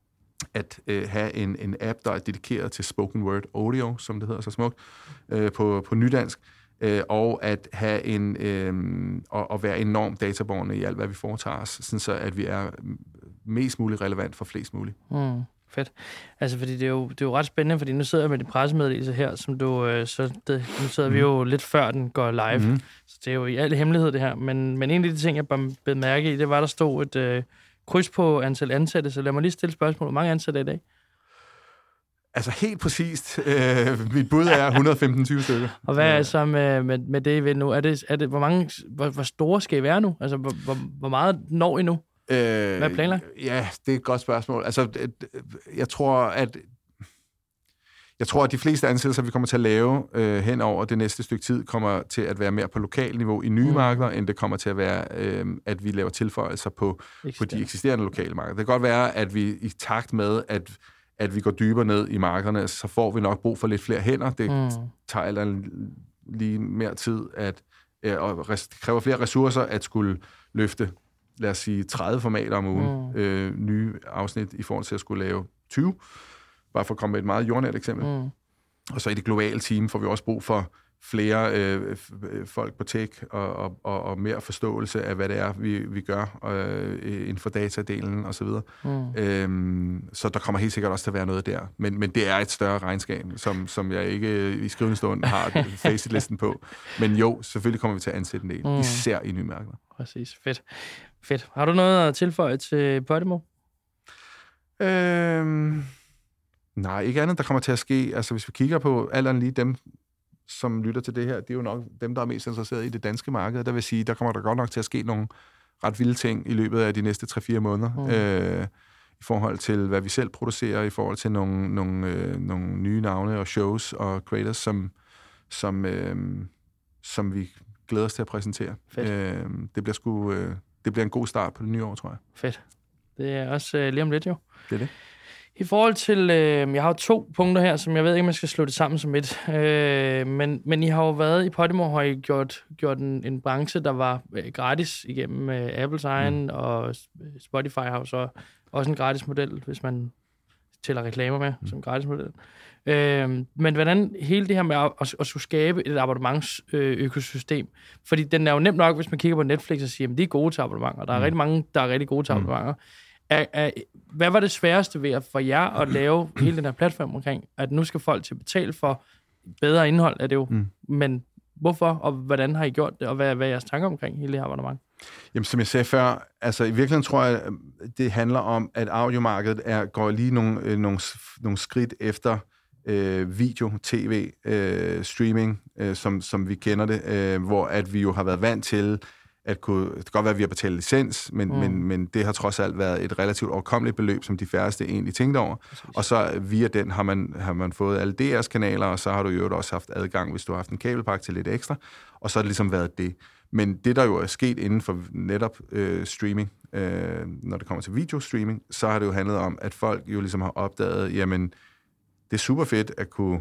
at øh, have en, en app, der er dedikeret til spoken word audio, som det hedder så smukt, øh, på, på nydansk, øh, og at have en øh, og, og være enormt databårende i alt, hvad vi foretager os, sådan så at vi er mest muligt relevant for flest muligt. Mm, fedt. Altså, fordi det er, jo, det er jo ret spændende, fordi nu sidder jeg med de pressemeddelelser her, som du, øh, så det, nu sidder mm. vi jo lidt før den går live, mm. så det er jo i al hemmelighed det her, men, men en af de ting, jeg bed mærke i, det var, der stod et øh, kryds på antal ansatte, så lad mig lige stille spørgsmål. Hvor mange ansatte er i dag? Altså helt præcist. Øh, mit bud er et hundrede og femten til tyve stykker. Og hvad er så med, med, med det, I ved nu? Er det, er det, hvor, mange, hvor, hvor store skal I være nu? Altså, hvor, hvor, hvor meget når I nu? Øh, hvad er planlagt? Ja, det er et godt spørgsmål. Altså, jeg tror, at jeg tror, at de fleste ansættelser, vi kommer til at lave øh, hen over det næste stykke tid, kommer til at være mere på lokal niveau i nye mm. markeder, end det kommer til at være, øh, at vi laver tilføjelser på, på de eksisterende lokale markeder. Det kan godt være, at vi i takt med, at at vi går dybere ned i markederne, så får vi nok brug for lidt flere hænder. Det mm. tager alt lige mere tid, at, og det kræver flere ressourcer at skulle løfte, lad os sige, tredive formater om ugen, mm. øh, nye afsnit i forhold til at skulle lave tyve. Bare for at komme med et meget jordnært eksempel. Mm. Og så i det globale team får vi også brug for flere øh, folk på tech og, og, og, og mere forståelse af, hvad det er, vi, vi gør øh, inden for datadelen og så videre. Mm. Øhm, så der kommer helt sikkert også til at være noget der. Men, men det er et større regnskab, som, som jeg ikke i skrivende stund har facitlisten på. Men jo, selvfølgelig kommer vi til at ansætte en del, mm. især i nye markeder. Præcis. Fedt. Fedt. Har du noget at tilføje til Podimo? Øhm, nej, ikke andet, der kommer til at ske. Altså, hvis vi kigger på alt andet lige dem, som lytter til det her, det er jo nok dem, der er mest interesseret i det danske marked. Der vil sige, der kommer der godt nok til at ske nogle ret vilde ting i løbet af de næste tre fire måneder, mm. øh, i forhold til, hvad vi selv producerer, i forhold til nogle, nogle, øh, nogle nye navne og shows og creators, som, som, øh, som vi glæder os til at præsentere. Øh, det, bliver sgu, øh, det bliver en god start på det nye år, tror jeg. Fedt. Det er også øh, lige om lidt, jo. Det er det. I forhold til, øh, jeg har jo to punkter her, som jeg ved ikke, om jeg skal slå det sammen som et. Øh, men, men I har jo været i Podimo, har I gjort, gjort en, en branche, der var øh, gratis igennem øh, Apples egen, mm. og Spotify har jo så også en gratis model, hvis man tæller reklamer med mm. som gratis model. Øh, men hvordan hele det her med at, at, at skulle skabe et abonnementsøkosystem, øh, fordi den er jo nemt nok, hvis man kigger på Netflix og siger, at de er gode til abonnementer, der er mm. rigtig mange, der er rigtig gode til abonnementer. Er, er, hvad var det sværeste ved at for jer at lave hele den her platform omkring, at nu skal folk til at betale for bedre indhold, er det jo, mm. men hvorfor, og hvordan har I gjort det, og hvad, hvad er jeres tanker omkring hele det her abonnement? Jamen, som jeg sagde før, altså i virkeligheden tror jeg, det handler om, at audiomarkedet er, går lige nogle, øh, nogle, nogle skridt efter øh, video, tv, øh, streaming, øh, som, som vi kender det, øh, hvor at vi jo har været vant til at kunne, det kan godt være, at vi har betalt licens, men, mm. men, men det har trods alt været et relativt overkommeligt beløb, som de færreste egentlig tænkte over. Præcis. Og så via den har man, har man fået alle D R's kanaler, og så har du jo også haft adgang, hvis du har haft en kabelpakke til lidt ekstra, og så har det ligesom været det. Men det, der jo er sket inden for netop øh, streaming, øh, når det kommer til videostreaming, så har det jo handlet om, at folk jo ligesom har opdaget, jamen, det er super fedt at kunne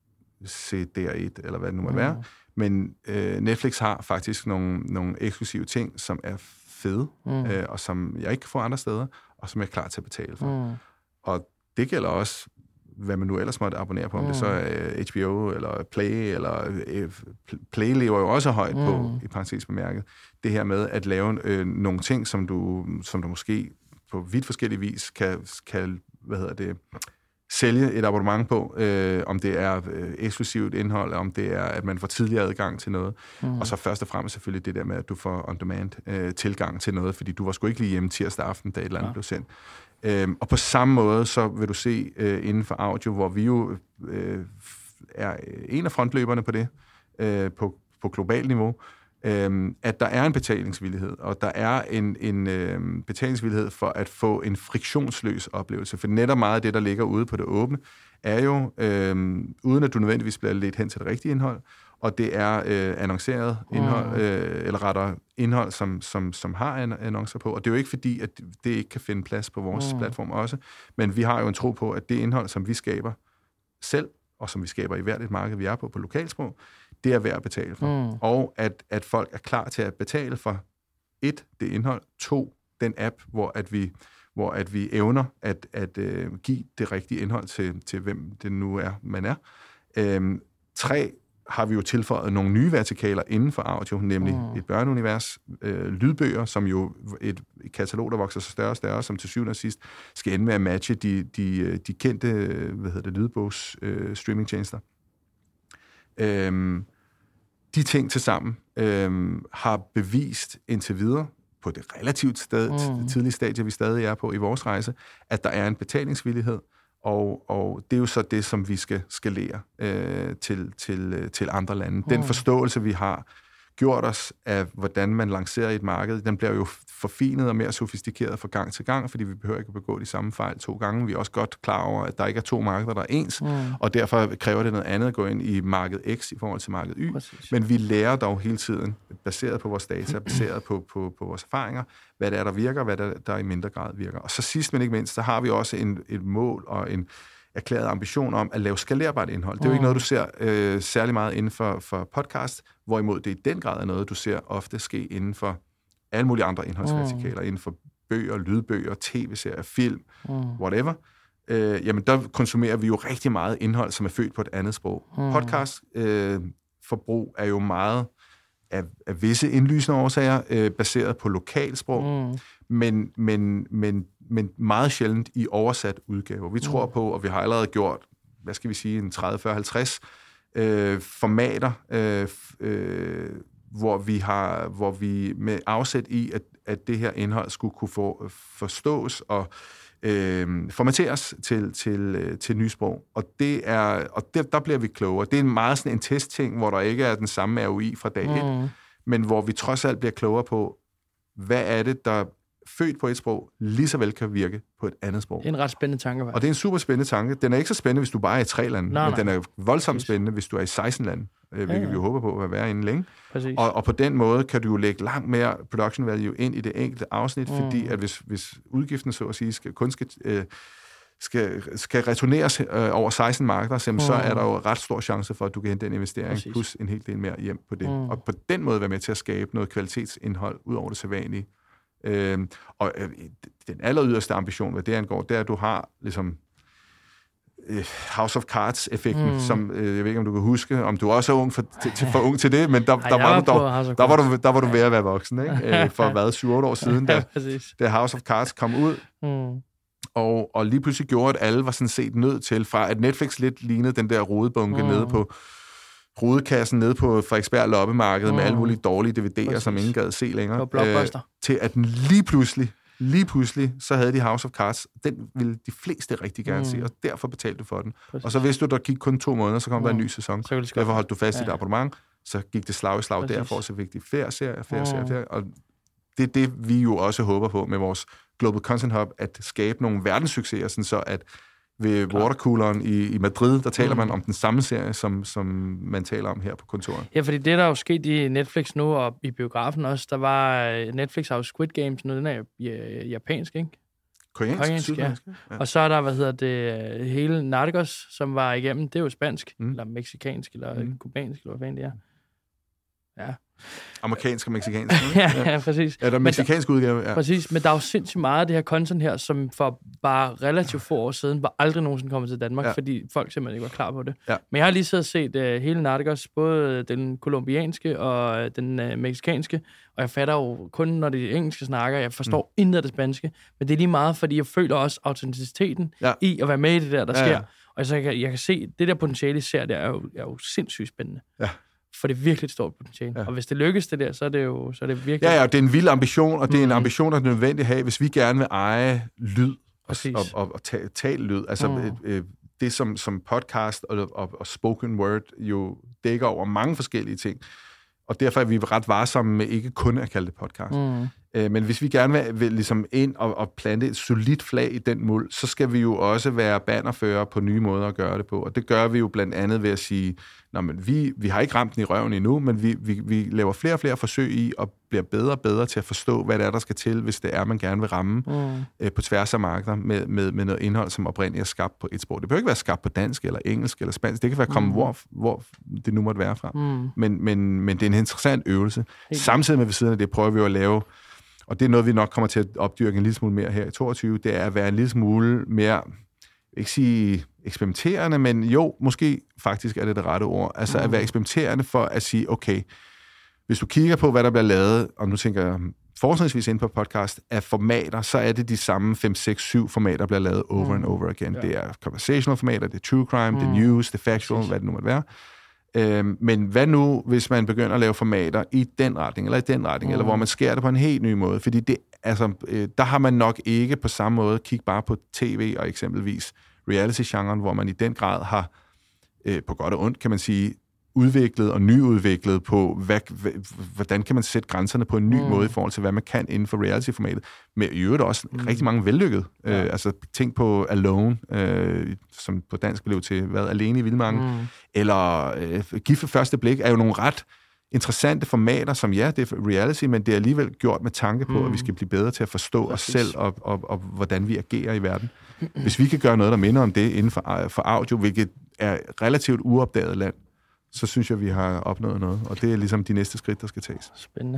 se D R et, eller hvad det nu må mm. være, men øh, Netflix har faktisk nogle, nogle eksklusive ting, som er fede, mm. øh, og som jeg ikke kan få andre steder, og som jeg er klar til at betale for. Mm. Og det gælder også, hvad man nu ellers måtte abonnere på, om mm. det så er H B O, eller Play, eller øh, Play lever jo også højt mm. på, i parentes bemærket. Det her med at lave øh, nogle ting, som du, som du måske på vidt forskellige vis kan, kan hvad hedder det, sælge et abonnement på, øh, om det er øh, eksklusivt indhold, om det er, at man får tidligere adgang til noget. Mm. Og så først og fremmest selvfølgelig det der med, at du får on-demand øh, tilgang til noget, fordi du var sgu ikke lige hjemme tirsdag aften, da et eller andet ja. blev sendt. Øhm, og på samme måde, så vil du se øh, inden for audio, hvor vi jo øh, er en af frontløberne på det, øh, på, på globalt niveau, øh, at der er en betalingsvillighed, og der er en, en øh, betalingsvillighed for at få en friktionsløs oplevelse. For netop meget af det, der ligger ude på det åbne, er jo, øh, uden at du nødvendigvis bliver ledt hen til det rigtige indhold, og det er øh, annonceret indhold, øh, eller rettere indhold, som, som, som har an- annoncer på. Og det er jo ikke fordi, at det ikke kan finde plads på vores mm. platform også, men vi har jo en tro på, at det indhold, som vi skaber selv, og som vi skaber i hvert et marked, vi er på, på lokalsprog, det er værd at betale for. Mm. Og at, at folk er klar til at betale for et, det indhold, to, den app, hvor at vi, hvor at vi evner at, at uh, give det rigtige indhold til, til hvem det nu er, man er. Øhm, tre, har vi jo tilføjet nogle nye vertikaler inden for audio, nemlig mm. et børneunivers, øh, lydbøger, som jo et, et katalog, der vokser så større og større, som til syvende og sidst skal ende med at matche de, de, de kendte hvad hedder det, lydbogs øh, streamingtjenester. Øhm, de ting til sammen øhm, har bevist indtil videre på det relativt sted, mm. tidlige stadie, vi stadig er på i vores rejse, at der er en betalingsvillighed, og, og det er jo så det, som vi skal skalere øh, til, til, til andre lande. Den mm. forståelse, vi har gjort os af, hvordan man lancerer i et marked, den bliver jo forfinet og mere sofistikeret fra gang til gang, fordi vi behøver ikke at begå de samme fejl to gange. Vi er også godt klar over, at der ikke er to markeder, der er ens, mm. og derfor kræver det noget andet at gå ind i marked X i forhold til marked Y. Præcis. Men vi lærer dog hele tiden, baseret på vores data, baseret på, på, på vores erfaringer, hvad det er, der virker, hvad der, der i mindre grad virker. Og så sidst, men ikke mindst, så har vi også en, et mål og en erklæret ambition om at lave skalerbart indhold. Det er jo ikke noget, du ser øh, særlig meget inden for, for podcast, hvorimod det i den grad er noget, du ser ofte ske inden for alle mulige andre indholdsvertikaler, mm. inden for bøger, lydbøger, tv-serier, film, mm. whatever. Øh, jamen, der konsumerer vi jo rigtig meget indhold, som er født på et andet sprog. Mm. Podcast øh, forbrug er jo meget af, af visse indlysende årsager, øh, baseret på lokalsprog, mm. men, men, men, men meget sjældent i oversat udgave. Vi tror mm. på, og vi har allerede gjort, hvad skal vi sige, en tredive, fyrre, halvtreds øh, formater, øh, øh, hvor vi har, hvor vi med afsæt i, at, at det her indhold skulle kunne få, forstås og øh, formateres til, til, til nysprog. Og, det er, og det, der bliver vi klogere. Det er meget sådan en testting, hvor der ikke er den samme R O I fra dag et, mm. men hvor vi trods alt bliver klogere på, hvad er det, der født på et sprog, lige så vel kan virke på et andet sprog. Det er en ret spændende tanke. Og det er en super spændende tanke. Den er ikke så spændende, hvis du bare er i tre lande, nej, men nej. Den er voldsomt spændende, hvis du er i seksten lande, hvilket ja, ja. vi jo håber på at være inden længe. Og, og på den måde kan du jo lægge langt mere production value ind i det enkelte afsnit, mm. fordi at hvis, hvis udgiften, så at sige, skal, kun skal, øh, skal, skal returneres øh, over seksten markeder, så, mm. så er der jo ret stor chance for, at du kan hente den investering, præcis. Plus en hel del mere hjem på det. Mm. Og på den måde være med til at skabe noget kvalitetsindhold ud over det sædvanlige. Øhm, og øh, den aller yderste ambition, hvad det angår, det er, at du har ligesom øh, House of Cards-effekten, mm. som, øh, jeg ved ikke, om du kan huske, om du også er ung for, til, for ung til det, men der, der, var, du dog, der, var, du, der var du ved at være voksen, ikke? Øh, for hvad, syv otte år siden, da, da House of Cards kom ud, mm. og, og lige pludselig gjorde, at alle var sådan set nødt til, fra at Netflix lidt lignede den der rodebunke mm. nede på rodekassen nede på Frederiksberg loppemarked mm. med alle mulige dårlige D V D'er, præcis. Som ingen gad se længere. Øh, til at den lige pludselig, lige pludselig, så havde de House of Cards. Den ville de fleste rigtig gerne mm. se, og derfor betalte du for den. Præcis. Og så vidste du, der gik kun to måneder, så kom mm. der en ny sæson. Derfor holdt du fast ja. i dit abonnement, så gik det slag i slag præcis. Derfor, så fik de flere serier, flere mm. serier, flere. Og det er det, vi jo også håber på med vores Global Content Hub, at skabe nogle verdenssucceser, sådan så at ved watercooleren i, i Madrid, der taler mm. man om den samme serie, som, som man taler om her på kontoret. Ja, fordi det, der er jo sket i Netflix nu, og i biografen også, der var Netflix af Squid Games, nu den er japansk, ikke? Koreansk, Koreansk ja. ja. Og så er der, hvad hedder det, hele Narcos, som var igennem, det er jo spansk, mm. eller mexikansk, eller mm. kubansk, eller hvad fanden det er. Ja. Amerikansk og mexikansk. ja, ja, præcis. Ja, der er mexikansk udgave. Ja. Præcis, men der er jo sindssygt meget af det her content her, som for bare relativt få år siden var aldrig nogensinde kommet til Danmark, ja. Fordi folk simpelthen ikke var klar på det. Ja. Men jeg har lige siddet og set uh, hele Narcos, både den kolumbianske og den uh, mexikanske, og jeg fatter jo kun, når det er engelske snakker, jeg forstår mm. intet af det spanske, men det er lige meget, fordi jeg føler også autenticiteten ja. I at være med i det der, der ja, sker. Ja. Og så jeg kan, jeg kan se, det der potentiale, I ser, det er jo, er jo sindssygt spændende. Ja. For det er virkelig et stort potentiale. Ja. Og hvis det lykkes det der, så er det jo så er det virkelig... Ja, ja, det er en vild ambition, og det er en ambition, der er nødvendigt at have, hvis vi gerne vil eje lyd og, og, og, og tale, tale lyd. Altså mm. øh, det, som, som podcast og, og, og spoken word jo dækker over mange forskellige ting. Og derfor er vi ret varsomme med ikke kun at kalde det podcast. Mm. Øh, men hvis vi gerne vil, vil ligesom ind og, og plante et solidt flag i den muld, så skal vi jo også være bannerfører på nye måder at gøre det på. Og det gør vi jo blandt andet ved at sige, nå, men vi, vi har ikke ramt den i røven endnu, men vi, vi, vi laver flere og flere forsøg i og bliver bedre og bedre til at forstå, hvad det er, der skal til, hvis det er, man gerne vil ramme mm. øh, på tværs af markeder med, med, med noget indhold, som oprindeligt er skabt på et sprog. Det behøver ikke være skabt på dansk eller engelsk eller spansk. Det kan være kommet, mm. hvor, hvor det nu måtte være fra. Mm. Men, men, men det er en interessant øvelse. Helt samtidig med ved siden af det prøver vi jo at lave, og det er noget, vi nok kommer til at opdyrke en lille smule mere her i toogtyve, det er at være en lille smule mere, ikke sige eksperimenterende, men jo, måske faktisk er det det rette ord. Altså mm. at være eksperimenterende for at sige, okay, hvis du kigger på, hvad der bliver lavet, og nu tænker jeg forskningsvis ind på podcast, af formater, så er det de samme fem, seks, syv formater, der bliver lavet over mm. and over again. Ja. Det er conversational formater, det er true crime, mm. det er news, det er factual, præcis. Hvad det nu måtte være. Øhm, men hvad nu, hvis man begynder at lave formater i den retning, eller i den retning, mm. eller hvor man skærer det på en helt ny måde? Fordi det, altså, øh, der har man nok ikke på samme måde kigget bare på tv og eksempelvis reality-genren, hvor man i den grad har, øh, på godt og ondt, kan man sige, udviklet og nyudviklet på, hvad, hvordan kan man sætte grænserne på en ny mm. måde i forhold til, hvad man kan inden for reality-formatet. Men i øvrigt også mm. rigtig mange vellykket. Ja. Øh, altså tænk på Alone, øh, som på dansk blev til, hvad, Alene i Vildmarken, mm. eller øh, Gift ved første blik, er jo nogle ret interessante formater, som ja, det er reality, men det er alligevel gjort med tanke på, mm. at vi skal blive bedre til at forstå Præcis. os selv, og, og, og hvordan vi agerer i verden. Hvis vi kan gøre noget, der minder om det inden for, for audio, hvilket er relativt uopdaget land, så synes jeg, vi har opnået noget. Og det er ligesom de næste skridt, der skal tages. Spændende.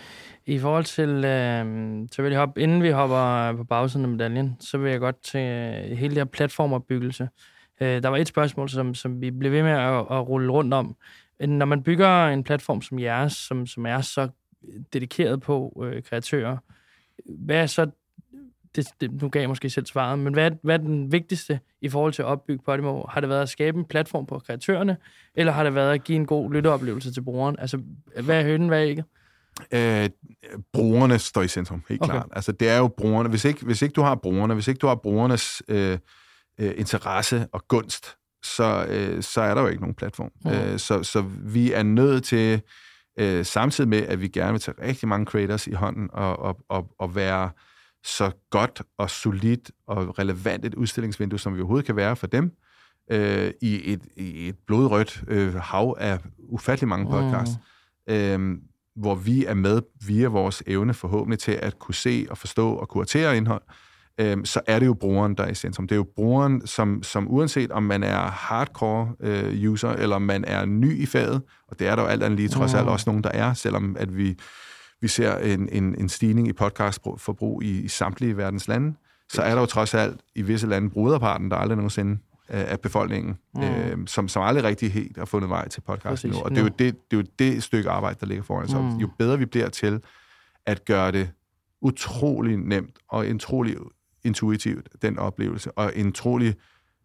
I forhold til, øh, så vil jeg hoppe, inden vi hopper på bagsiden af medaljen, så vil jeg godt til øh, hele det her platformopbyggelse. Øh, der var et spørgsmål, som, som vi blev ved med at, at rulle rundt om. Når man bygger en platform som jeres, som, som er så dedikeret på øh, kreatører, hvad er så Det, det, nu gav jeg måske selv svaret, men hvad er, hvad er den vigtigste i forhold til at opbygge Podimo? Har det været at skabe en platform på kreatørerne, eller har det været at give en god lytteoplevelse til brugeren? Altså, hvad er hønen, hvad er ikke? Øh, brugerne står i centrum, helt okay. klart. Altså, det er jo brugerne. Hvis ikke, hvis ikke du har brugerne, hvis ikke du har brugernes øh, øh, interesse og gunst, så, øh, så er der jo ikke nogen platform. Mm. Øh, så, så vi er nødt til, øh, samtidig med, at vi gerne vil tage rigtig mange creators i hånden og, og, og, og være så godt og solidt og relevant et udstillingsvindue, som vi overhovedet kan være for dem, øh, i, et, i et blodrødt øh, hav af ufattelig mange podcasts, mm. øh, hvor vi er med via vores evne forhåbentlig til at kunne se og forstå og kuratere indhold, øh, så er det jo brugeren, der er i centrum. Det er jo brugeren, som, som uanset om man er hardcore øh, user, eller om man er ny i faget, og det er der jo alt andet lige trods alt også nogen, der er, selvom at vi vi ser en, en, en stigning i podcastforbrug i, i samtlige verdens lande, så er der jo trods alt i visse lande bruderparten, der aldrig nogensinde øh, af befolkningen, mm. øh, som, som aldrig rigtig helt har fundet vej til podcasten nu. Og det er, jo det, det er jo det stykke arbejde, der ligger foran. Så mm. jo bedre vi bliver til at gøre det utrolig nemt og utrolig intuitivt, den oplevelse, og en utrolig,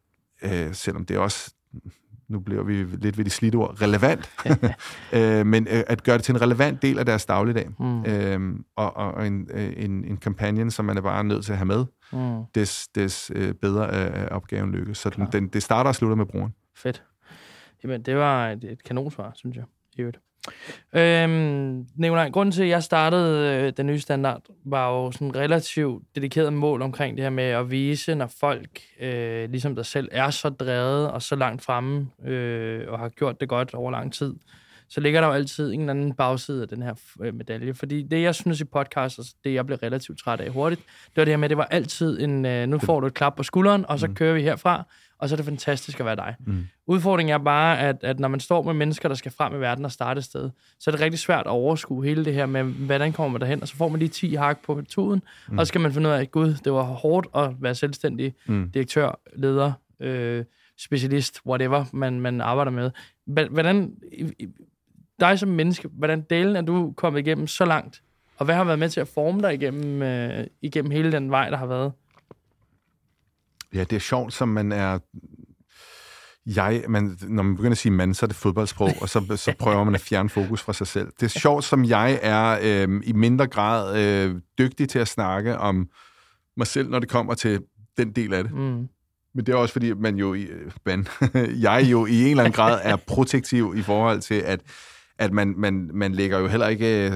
øh, selvom det er også... nu bliver vi lidt ved de slidte ord, relevant, øh, men øh, at gøre det til en relevant del af deres dagligdag, mm. øh, og, og en, en, en companion, som man er bare nødt til at have med, mm. des, des øh, bedre er opgaven lykkes. Så den, den, det starter og slutter med brugeren. Fedt. Jamen, det var et, et kanonsvar, synes jeg. Øhm, Nikolaj, grunden til, at jeg startede øh, den nye standard, var jo sådan relativt dedikeret mål omkring det her med at vise, når folk, øh, ligesom der selv, er så drevet og så langt fremme, øh, og har gjort det godt over lang tid, så ligger der jo altid en eller anden bagside af den her øh, medalje. Fordi det, jeg synes i podcast, altså det, jeg blev relativt træt af hurtigt, det var det her med, at det var altid en, øh, nu får du et klap på skulderen, og så mm. kører vi herfra, og så er det fantastisk at være dig. Mm. Udfordringen er bare, at, at når man står med mennesker, der skal frem i verden og starte et sted, så er det rigtig svært at overskue hele det her med, hvordan kommer man derhen, og så får man lige ti hak på tuden, mm. og så skal man finde ud af, at gud, det var hårdt at være selvstændig mm. direktør, leder, øh, specialist, whatever man, man arbejder med. Hvordan, dig som menneske, hvordan delen er du kommet igennem så langt, og hvad har været med til at forme dig igennem, øh, igennem hele den vej, der har været? Ja, det er sjovt, som man er... Jeg, man, når man begynder at sige mand, så er det fodboldsprog, og så, så prøver man at fjerne fokus fra sig selv. Det er sjovt, som jeg er øh, i mindre grad øh, dygtig til at snakke om mig selv, når det kommer til den del af det. Mm. Men det er også fordi, man jo, man, jeg jo i en eller anden grad er protektiv i forhold til, at, at man, man, man lægger jo heller ikke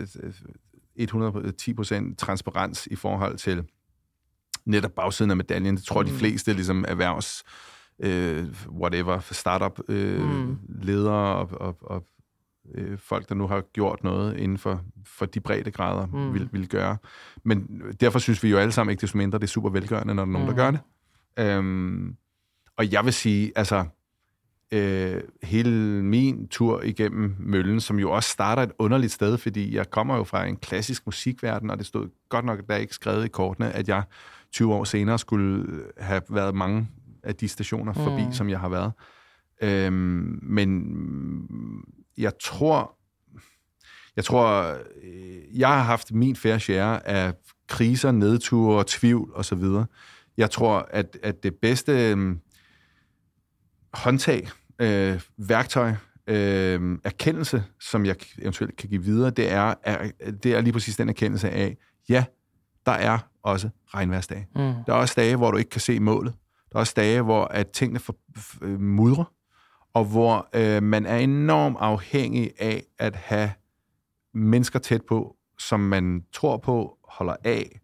et hundrede og ti procent transparens i forhold til netop bagsiden af medaljen. Det tror jeg, de fleste ligesom erhvervs, øh, whatever, startup øh, mm. ledere og, og, og øh, folk, der nu har gjort noget inden for, for de brede grader, mm. vil, vil gøre. Men derfor synes vi jo alle sammen ikke desto mindre, det er super velgørende, når der er nogen, mm. der gør det. Øhm, og jeg vil sige, altså, øh, hele min tur igennem møllen, som jo også starter et underligt sted, fordi jeg kommer jo fra en klassisk musikverden, og det stod godt nok, at der ikke skrevet i kortene, at jeg tyve år senere skulle have været mange af de stationer forbi, mm. som jeg har været. Øhm, men jeg tror, jeg tror, jeg har haft min fair share af kriser, nedture, tvivl osv. Jeg tror, at, at det bedste øh, håndtag, øh, værktøj, øh, erkendelse, som jeg eventuelt kan give videre, det er, er, det er lige præcis den erkendelse af, ja, der er også regnværsdage. Mm. Der er også dage, hvor du ikke kan se målet. Der er også dage, hvor at tingene for, for, mudrer, og hvor øh, man er enormt afhængig af at have mennesker tæt på, som man tror på, holder af,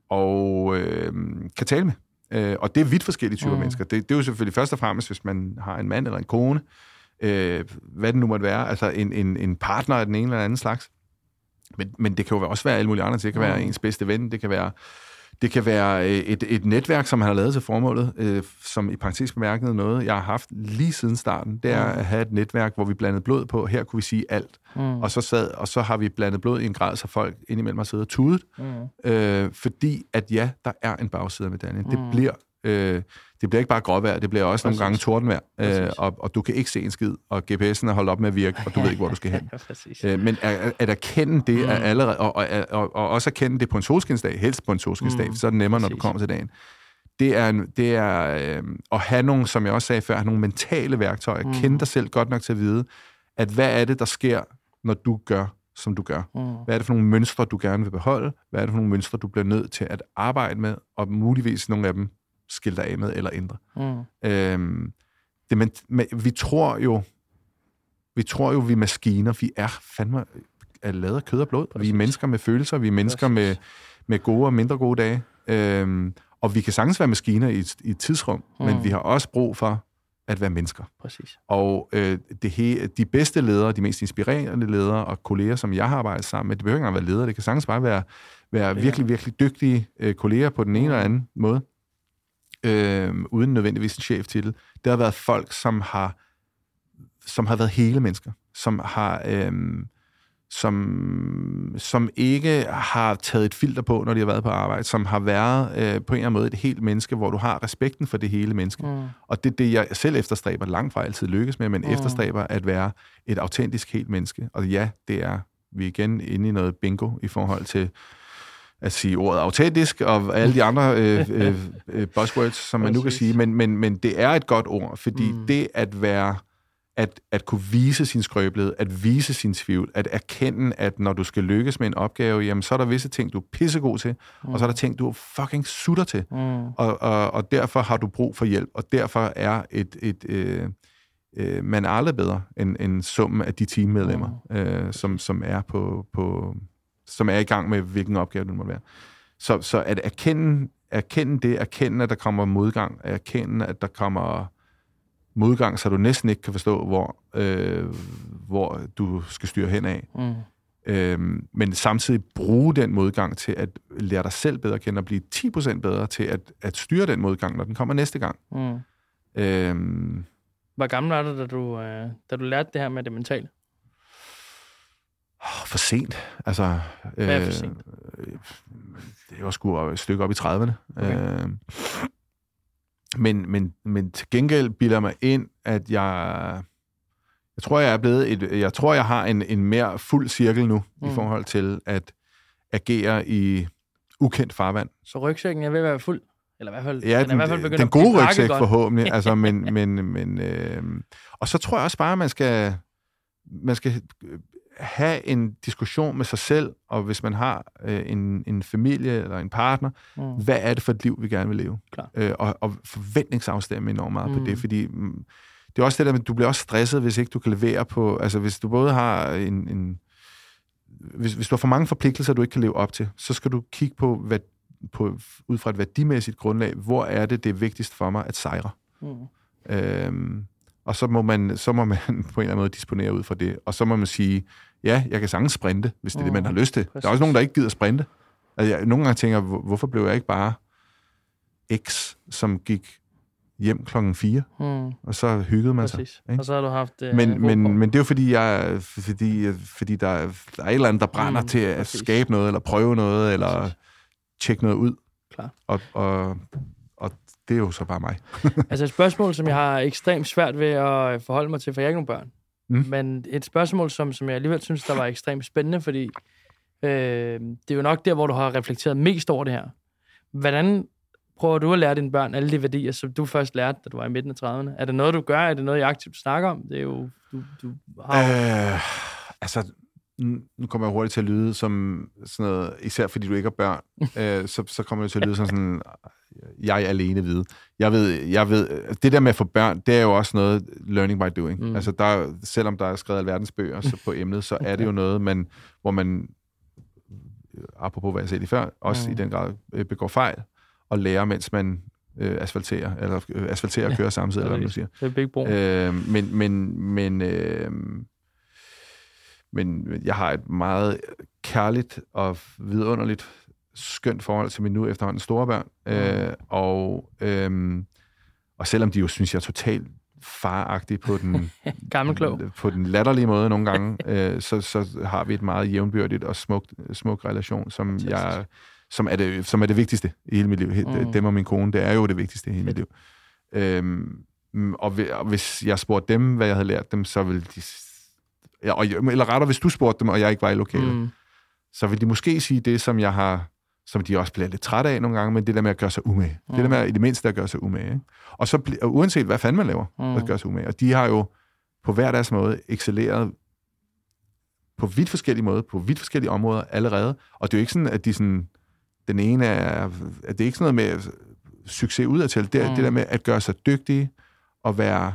og øh, kan tale med. Øh, og det er vidt forskellige typer mm. mennesker. Det, det er jo selvfølgelig først og fremmest, hvis man har en mand eller en kone, øh, hvad det nu måtte være, altså en, en, en partner af den ene eller anden slags. Men, men det kan jo også være alle mulige andre. Det kan mm. være ens bedste ven, det kan være, det kan være et, et netværk, som han har lavet til formålet, øh, som i parentes bemærket noget, jeg har haft lige siden starten. Det er mm. at have et netværk, hvor vi blandede blod på. Her kunne vi sige alt. Mm. Og, så sad, og så har vi blandet blod i en grad, så folk indimellem har siddet og tudet. Mm. Øh, fordi at ja, der er en bagside af medaljen. Mm. Det bliver... Øh, det bliver ikke bare gråvejr, det bliver også Præcis. nogle gange tordenvejr, øh, og, og du kan ikke se en skid, og G P S'en er holdt op med at virke, og du ved ikke, hvor du skal hen. øh, men at, at erkende det, mm. er allerede, og, og, og, og også erkende det på en solskinsdag, helst på en solskinsdag, mm. så er det nemmere, Præcis. når du kommer til dagen. Det er, det er øh, at have nogle, som jeg også sagde før, have nogle mentale værktøjer, mm. kende dig selv godt nok til at vide, at hvad er det, der sker, når du gør, som du gør. Mm. Hvad er det for nogle mønstre, du gerne vil beholde? Hvad er det for nogle mønstre, du bliver nødt til at arbejde med, og muligvis nogle af dem skille dig af med eller ændre. Mm. Øhm, det, men, men, vi tror jo, vi tror jo, vi er maskiner. Vi er fandme er lavet af kød og blod. Præcis. Vi er mennesker med følelser. Vi er mennesker med, med gode og mindre gode dage. Øhm, og vi kan sagtens være maskiner i et, i et tidsrum, mm. men vi har også brug for at være mennesker. Præcis. Og øh, det he, de bedste ledere, de mest inspirerende ledere og kolleger, som jeg har arbejdet sammen med, det behøver ikke engang være ledere, det kan sagtens bare være, være virkelig, virkelig dygtige øh, kolleger på den ene eller anden måde. Øh, uden nødvendigvis en cheftitel. Det har været folk, som har som har været hele mennesker, som har øh, som, som ikke har taget et filter på, når de har været på arbejde, som har været øh, på en eller anden måde et helt menneske, hvor du har respekten for det hele menneske. Mm. Og det er det, jeg selv efterstræber, langt fra altid lykkes med, men mm. efterstræber at være et autentisk helt menneske. Og ja, det er vi er igen inde i noget bingo i forhold til at sige ordet autentisk, og alle de andre øh, øh, buzzwords, som man nu kan sige, men, men, men det er et godt ord, fordi mm. det at være, at, at kunne vise sin skrøbelighed, at vise sin tvivl, at erkende, at når du skal lykkes med en opgave, jamen så er der visse ting, du er pissegod til, mm. og så er der ting, du er fucking sutter til, mm. og, og, og derfor har du brug for hjælp, og derfor er et, et øh, øh, man er aldrig bedre end, end summen af de teammedlemmer, mm. øh, som, som er på... på som er i gang med, hvilken opgave det må være. Så, så at erkende, erkende det, erkende, at der kommer modgang, erkende, at der kommer modgang, så du næsten ikke kan forstå, hvor, øh, hvor du skal styre hen af. Mm. Øhm, men samtidig bruge den modgang til at lære dig selv bedre at kende, og blive ti procent bedre til at, at styre den modgang, når den kommer næste gang. Mm. Øhm, Hvor gammel var du, da du, øh, da du lærte det her med det mentale? For sent. Altså, Hvad er for sent? Øh, det var sgu et stykke op i trediverne. Okay. Øh, men, men, men til gengæld bilder mig ind, at jeg... Jeg tror, jeg er blevet et, jeg tror, jeg har en, en mere fuld cirkel nu, mm. i forhold til at agere i ukendt farvand. Så rygsækken er ved at være fuld? Eller i hvert fald, ja, den, den, er i hvert fald den gode rygsæk forhåbentlig. altså, men, men, men, øh, og så tror jeg også bare, at man skal, man skal have en diskussion med sig selv, og hvis man har øh, en, en familie eller en partner, mm. hvad er det for et liv, vi gerne vil leve? Øh, og, og forventningsafstemme enormt meget mm. på det, fordi mm, det er også det der med, at du bliver også stresset, hvis ikke du kan levere på, altså hvis du både har en, en hvis, hvis du har for mange forpligtelser, du ikke kan leve op til, så skal du kigge på, hvad, på ud fra et værdimæssigt grundlag, hvor er det, det er vigtigst for mig at sejre. Mm. Øhm, og så må, man, så må man på en eller anden måde disponere ud fra det, og så må man sige, ja, jeg kan sagtens sprinte, hvis det er mm. det, man har lyst til. Præcis. Der er også nogen, der ikke gider sprinte. Altså, jeg nogle gange tænker, hvorfor blev jeg ikke bare X, som gik hjem klokken fire, mm. og så hyggede man Præcis. sig. Ikke? Og så har du haft... Øh, men, men, men det er jo fordi, jeg, fordi, fordi der, der er et eller andet, der brænder mm. til at Præcis. skabe noget, eller prøve noget, eller Præcis. tjekke noget ud. Klar. Og, og, og det er jo så bare mig. Altså et spørgsmål, som jeg har ekstremt svært ved at forholde mig til, for jeg har ikke nogen børn. Mm. Men et spørgsmål, som, som jeg alligevel synes, der var ekstremt spændende, fordi øh, det er jo nok der, hvor du har reflekteret mest over det her. Hvordan prøver du at lære dine børn alle de værdier, som du først lærte, da du var i midten af trediverne? Er det noget, du gør? Er det noget, I aktivt snakker om? Det er jo... Du, du har... Øh, altså, nu kommer jeg hurtigt til at lyde som sådan noget, især fordi du ikke har børn, øh, så, så kommer det til at lyde som sådan, jeg er alene vide. Jeg ved, jeg ved, det der med at få børn, det er jo også noget learning by doing. Mm. Altså, der, selvom der er skrevet alverdens bøger så på emnet, så er det jo noget, man, hvor man, apropos hvad jeg sagde lige før, også mm. i den grad begår fejl, og lærer, mens man øh, asfalterer, eller øh, asfalterer og kører samtidig, eller hvad man siger. Det er Big Bro. Øh, men, men, men, øh, men jeg har et meget kærligt og vidunderligt skønt forhold til mine nu efterhånden store børn. Mm. Øh, og, øh, og selvom de jo synes, jeg er totalt faragtig på den, på den latterlige måde nogle gange, øh, så, så har vi et meget jævnbyrdigt og smukt, smuk relation, som jeg... Som er, det, som er det vigtigste i hele mit liv. Mm. Dem og min kone, det er jo det vigtigste i hele mit liv. Øhm, og, og hvis jeg spurgte dem, hvad jeg havde lært dem, så ville de... Ja, og, eller rettere, hvis du spurgte dem, og jeg ikke var i lokalet, mm. så ville de måske sige det, som jeg har... Som de også bliver lidt træt af nogle gange, men det der med at gøre sig umage. Mm. Det der med i det mindste at gøre sig umage. Ikke? Og så og uanset hvad fanden man laver, mm. at gøre sig umage. Og de har jo på hver deres måde excelleret på vidt forskellige måder, på vidt forskellige områder allerede. Og det er jo ikke sådan, at de sådan... Den ene er, at det er ikke sådan noget med succes udadtil. Det er mm. det der med at gøre sig dygtige og være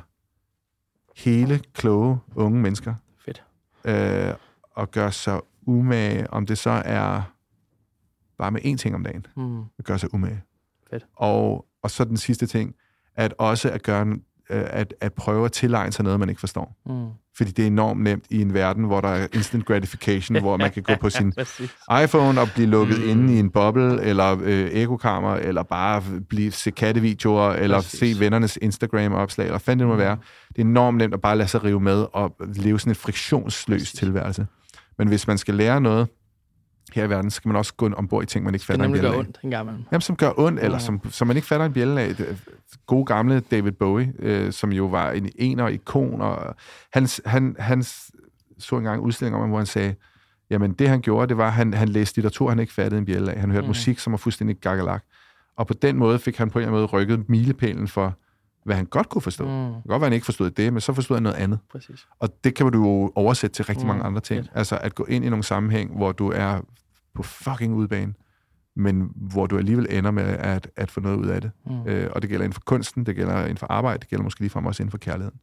hele, kloge, unge mennesker. Fedt. Øh, og gøre sig umage, om det så er bare med én ting om dagen. Mm. At gøre sig umage. Fedt. Og, og så den sidste ting, at også at gøre at, at prøve at tilegne sig noget, man ikke forstår. Mm. Fordi det er enormt nemt i en verden, hvor der er instant gratification, hvor man kan gå på sin iPhone og blive lukket mm. inde i en boble, eller øh, ekokammer, eller bare blive, se kattevideoer, eller Præcis. se vennernes Instagram-opslag, eller fanden det må mm. være. Det er enormt nemt at bare lade sig rive med og leve sådan en friktionsløs Præcis. tilværelse. Men hvis man skal lære noget her i verden, så kan man også gå ombord i ting, man ikke fatter en bjælle af. Det gør ondt, en Jamen, som gør ondt, eller som, som man ikke fatter en bjælle af. Gode gamle David Bowie, øh, som jo var en ener ikon, og han, han, han så engang udstilling om ham, hvor han sagde, jamen det han gjorde, det var, at han, han læste litteratur, han ikke fattede en bjælle af. Han hørte mm. musik, som var fuldstændig gakkelak. Og på den måde fik han på en eller anden måde rykket milepælen for, hvad han godt kunne forstå. Mm. Det kan godt være, han ikke forstod det, men så forstod han noget andet. Præcis. Og det kan du jo oversætte til rigtig mm. mange andre ting. Fedt. Altså at gå ind i nogle sammenhæng, hvor du er på fucking udbane, men hvor du alligevel ender med at, at få noget ud af det. Mm. Øh, og det gælder inden for kunsten, det gælder inden for arbejde, det gælder måske ligefrem også inden for kærligheden.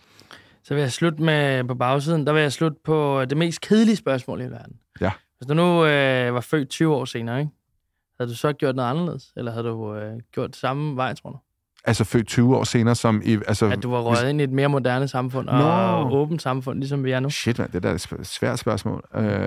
Så vil jeg slutte med på bagsiden, der vil jeg slutte på det mest kedelige spørgsmål i verden. Ja. Hvis du nu øh, var født tyve år senere, ikke? Havde du så gjort noget anderledes? Eller havde du øh, gjort samme vej, tror du? Altså født tyve år senere, som i... Altså, at du var røget hvis... ind i et mere moderne samfund, og no. åbent samfund, ligesom vi er nu. Shit, man, det der er et svært spørgsmål. Øh, det,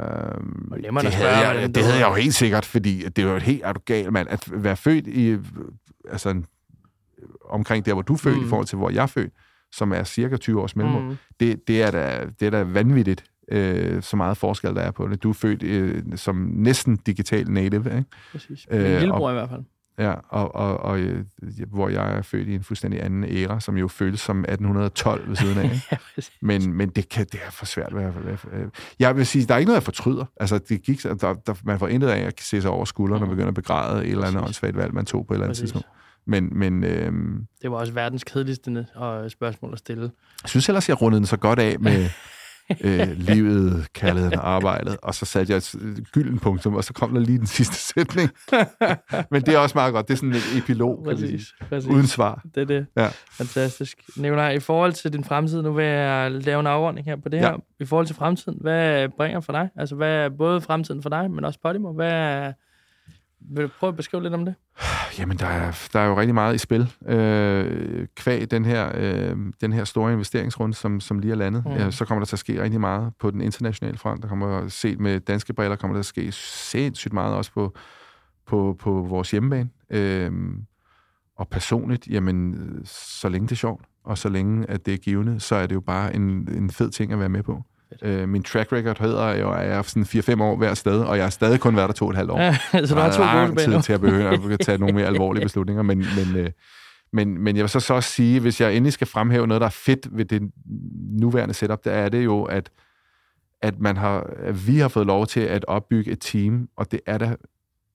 det, havde jeg, det havde jeg jo helt sikkert, fordi det var jo helt, er du gal, mand, at være født i... Altså, omkring der, hvor du er født, mm. i forhold til, hvor jeg er født, som er cirka tyve års mellemrum, mm. det, det, er da, det er da vanvittigt, øh, så meget forskel, der er på det. Du er født øh, som næsten digital native, ikke? Præcis. Min øh, lillebror i hvert fald. Ja, og, og, og hvor jeg er født i en fuldstændig anden æra, som jo føles som atten tolv ved siden af. ja, men men det, kan, det er for svært. Jeg vil sige, der er ikke noget, jeg fortryder. Altså, det gik, der, der, man får intet af at se sig over skulderen og begynde at begræde et eller andet åndssvagt valg, man tog på et eller andet Præcis. tidspunkt. Men, men, øhm, det var også verdens kedeligste spørgsmål at stille. Jeg synes ellers, jeg rundede den så godt af med... øh, livet, kærligheden og arbejdet, og så satte jeg et gylden punktum, og så kom der lige den sidste sætning. Men det er også meget godt. Det er sådan et epilog, kan præcis, præcis. Uden svar. Det er det. Ja. Fantastisk. Nævner, i forhold til din fremtid, nu vil jeg lave en afrunding her på det her. Ja. I forhold til fremtiden, hvad bringer for dig? Altså, hvad er både fremtiden for dig, men også Podimo? Hvad er... Vil du prøve at beskrive lidt om det? Jamen, der er, der er jo rigtig meget i spil. Øh, kvæg den her, øh, den her store investeringsrunde, som, som lige er landet, mm. ja, så kommer der til at ske rigtig meget på den internationale front. Der kommer set med danske briller, kommer der til at ske sindssygt meget også på, på, på vores hjemmebane. Øh, og personligt, jamen, så længe det er sjovt, og så længe at det er givende, så er det jo bare en, en fed ting at være med på. Øh, min track record hedder jo, at jeg er sådan fire fem år hver sted, og jeg har stadig kun været der to og et halvt år. Ja, så du har to lang tid til at begynde at tage nogle mere alvorlige beslutninger, men, men, øh, men, men jeg vil så, så også sige, hvis jeg endelig skal fremhæve noget, der er fedt ved det nuværende setup, der er det jo, at, at, man har, at vi har fået lov til at opbygge et team, og det er da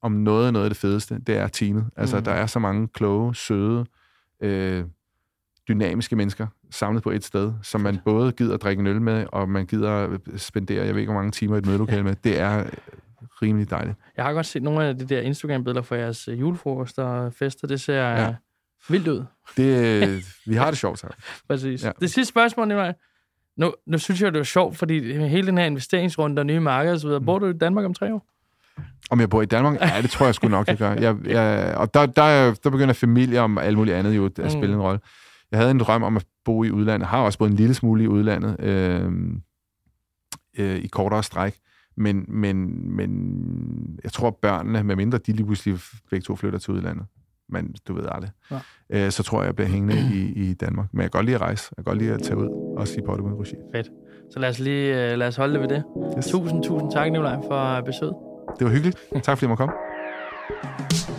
om noget noget af det fedeste, det er teamet. Altså, mm. der er så mange kloge, søde, øh, dynamiske mennesker samlet på et sted, som man både gider at drikke en øl med, og man gider spendere, jeg ved ikke, hvor mange timer i et mødelokale med. Det er rimelig dejligt. Jeg har godt set nogle af de der Instagram-billeder fra jeres julefrokoster og fester. Det ser ja. vildt ud. Det, vi har det sjovt sammen. Præcis. Ja. Det sidste spørgsmål, det var, nu, nu synes jeg, det er sjovt, fordi hele den her investeringsrunde og nye markeder og så videre, bor du i Danmark om tre år? Om jeg bor i Danmark? Ja, det tror jeg sgu nok, det gør. Jeg, jeg, og der, der, der begynder familie om alt muligt andet jo at spille en rolle. Jeg havde en drøm om at bo i udlandet. Jeg har også boet en lille smule i udlandet øh, øh, i kortere stræk. Men, men, men jeg tror, at børnene, medmindre de lige pludselig begge to flytter til udlandet, men du ved aldrig, ja. øh, så tror jeg, jeg bliver hængende i, i Danmark. Men jeg kan godt lide at rejse. Jeg kan godt lide at tage ud, også i Podimo-regi. Fedt. Så lad os lige uh, lad os holde det ved det. Yes. Tusind, tusind tak, Nikolaj, for besøget. Det var hyggeligt. Tak fordi jeg måtte komme.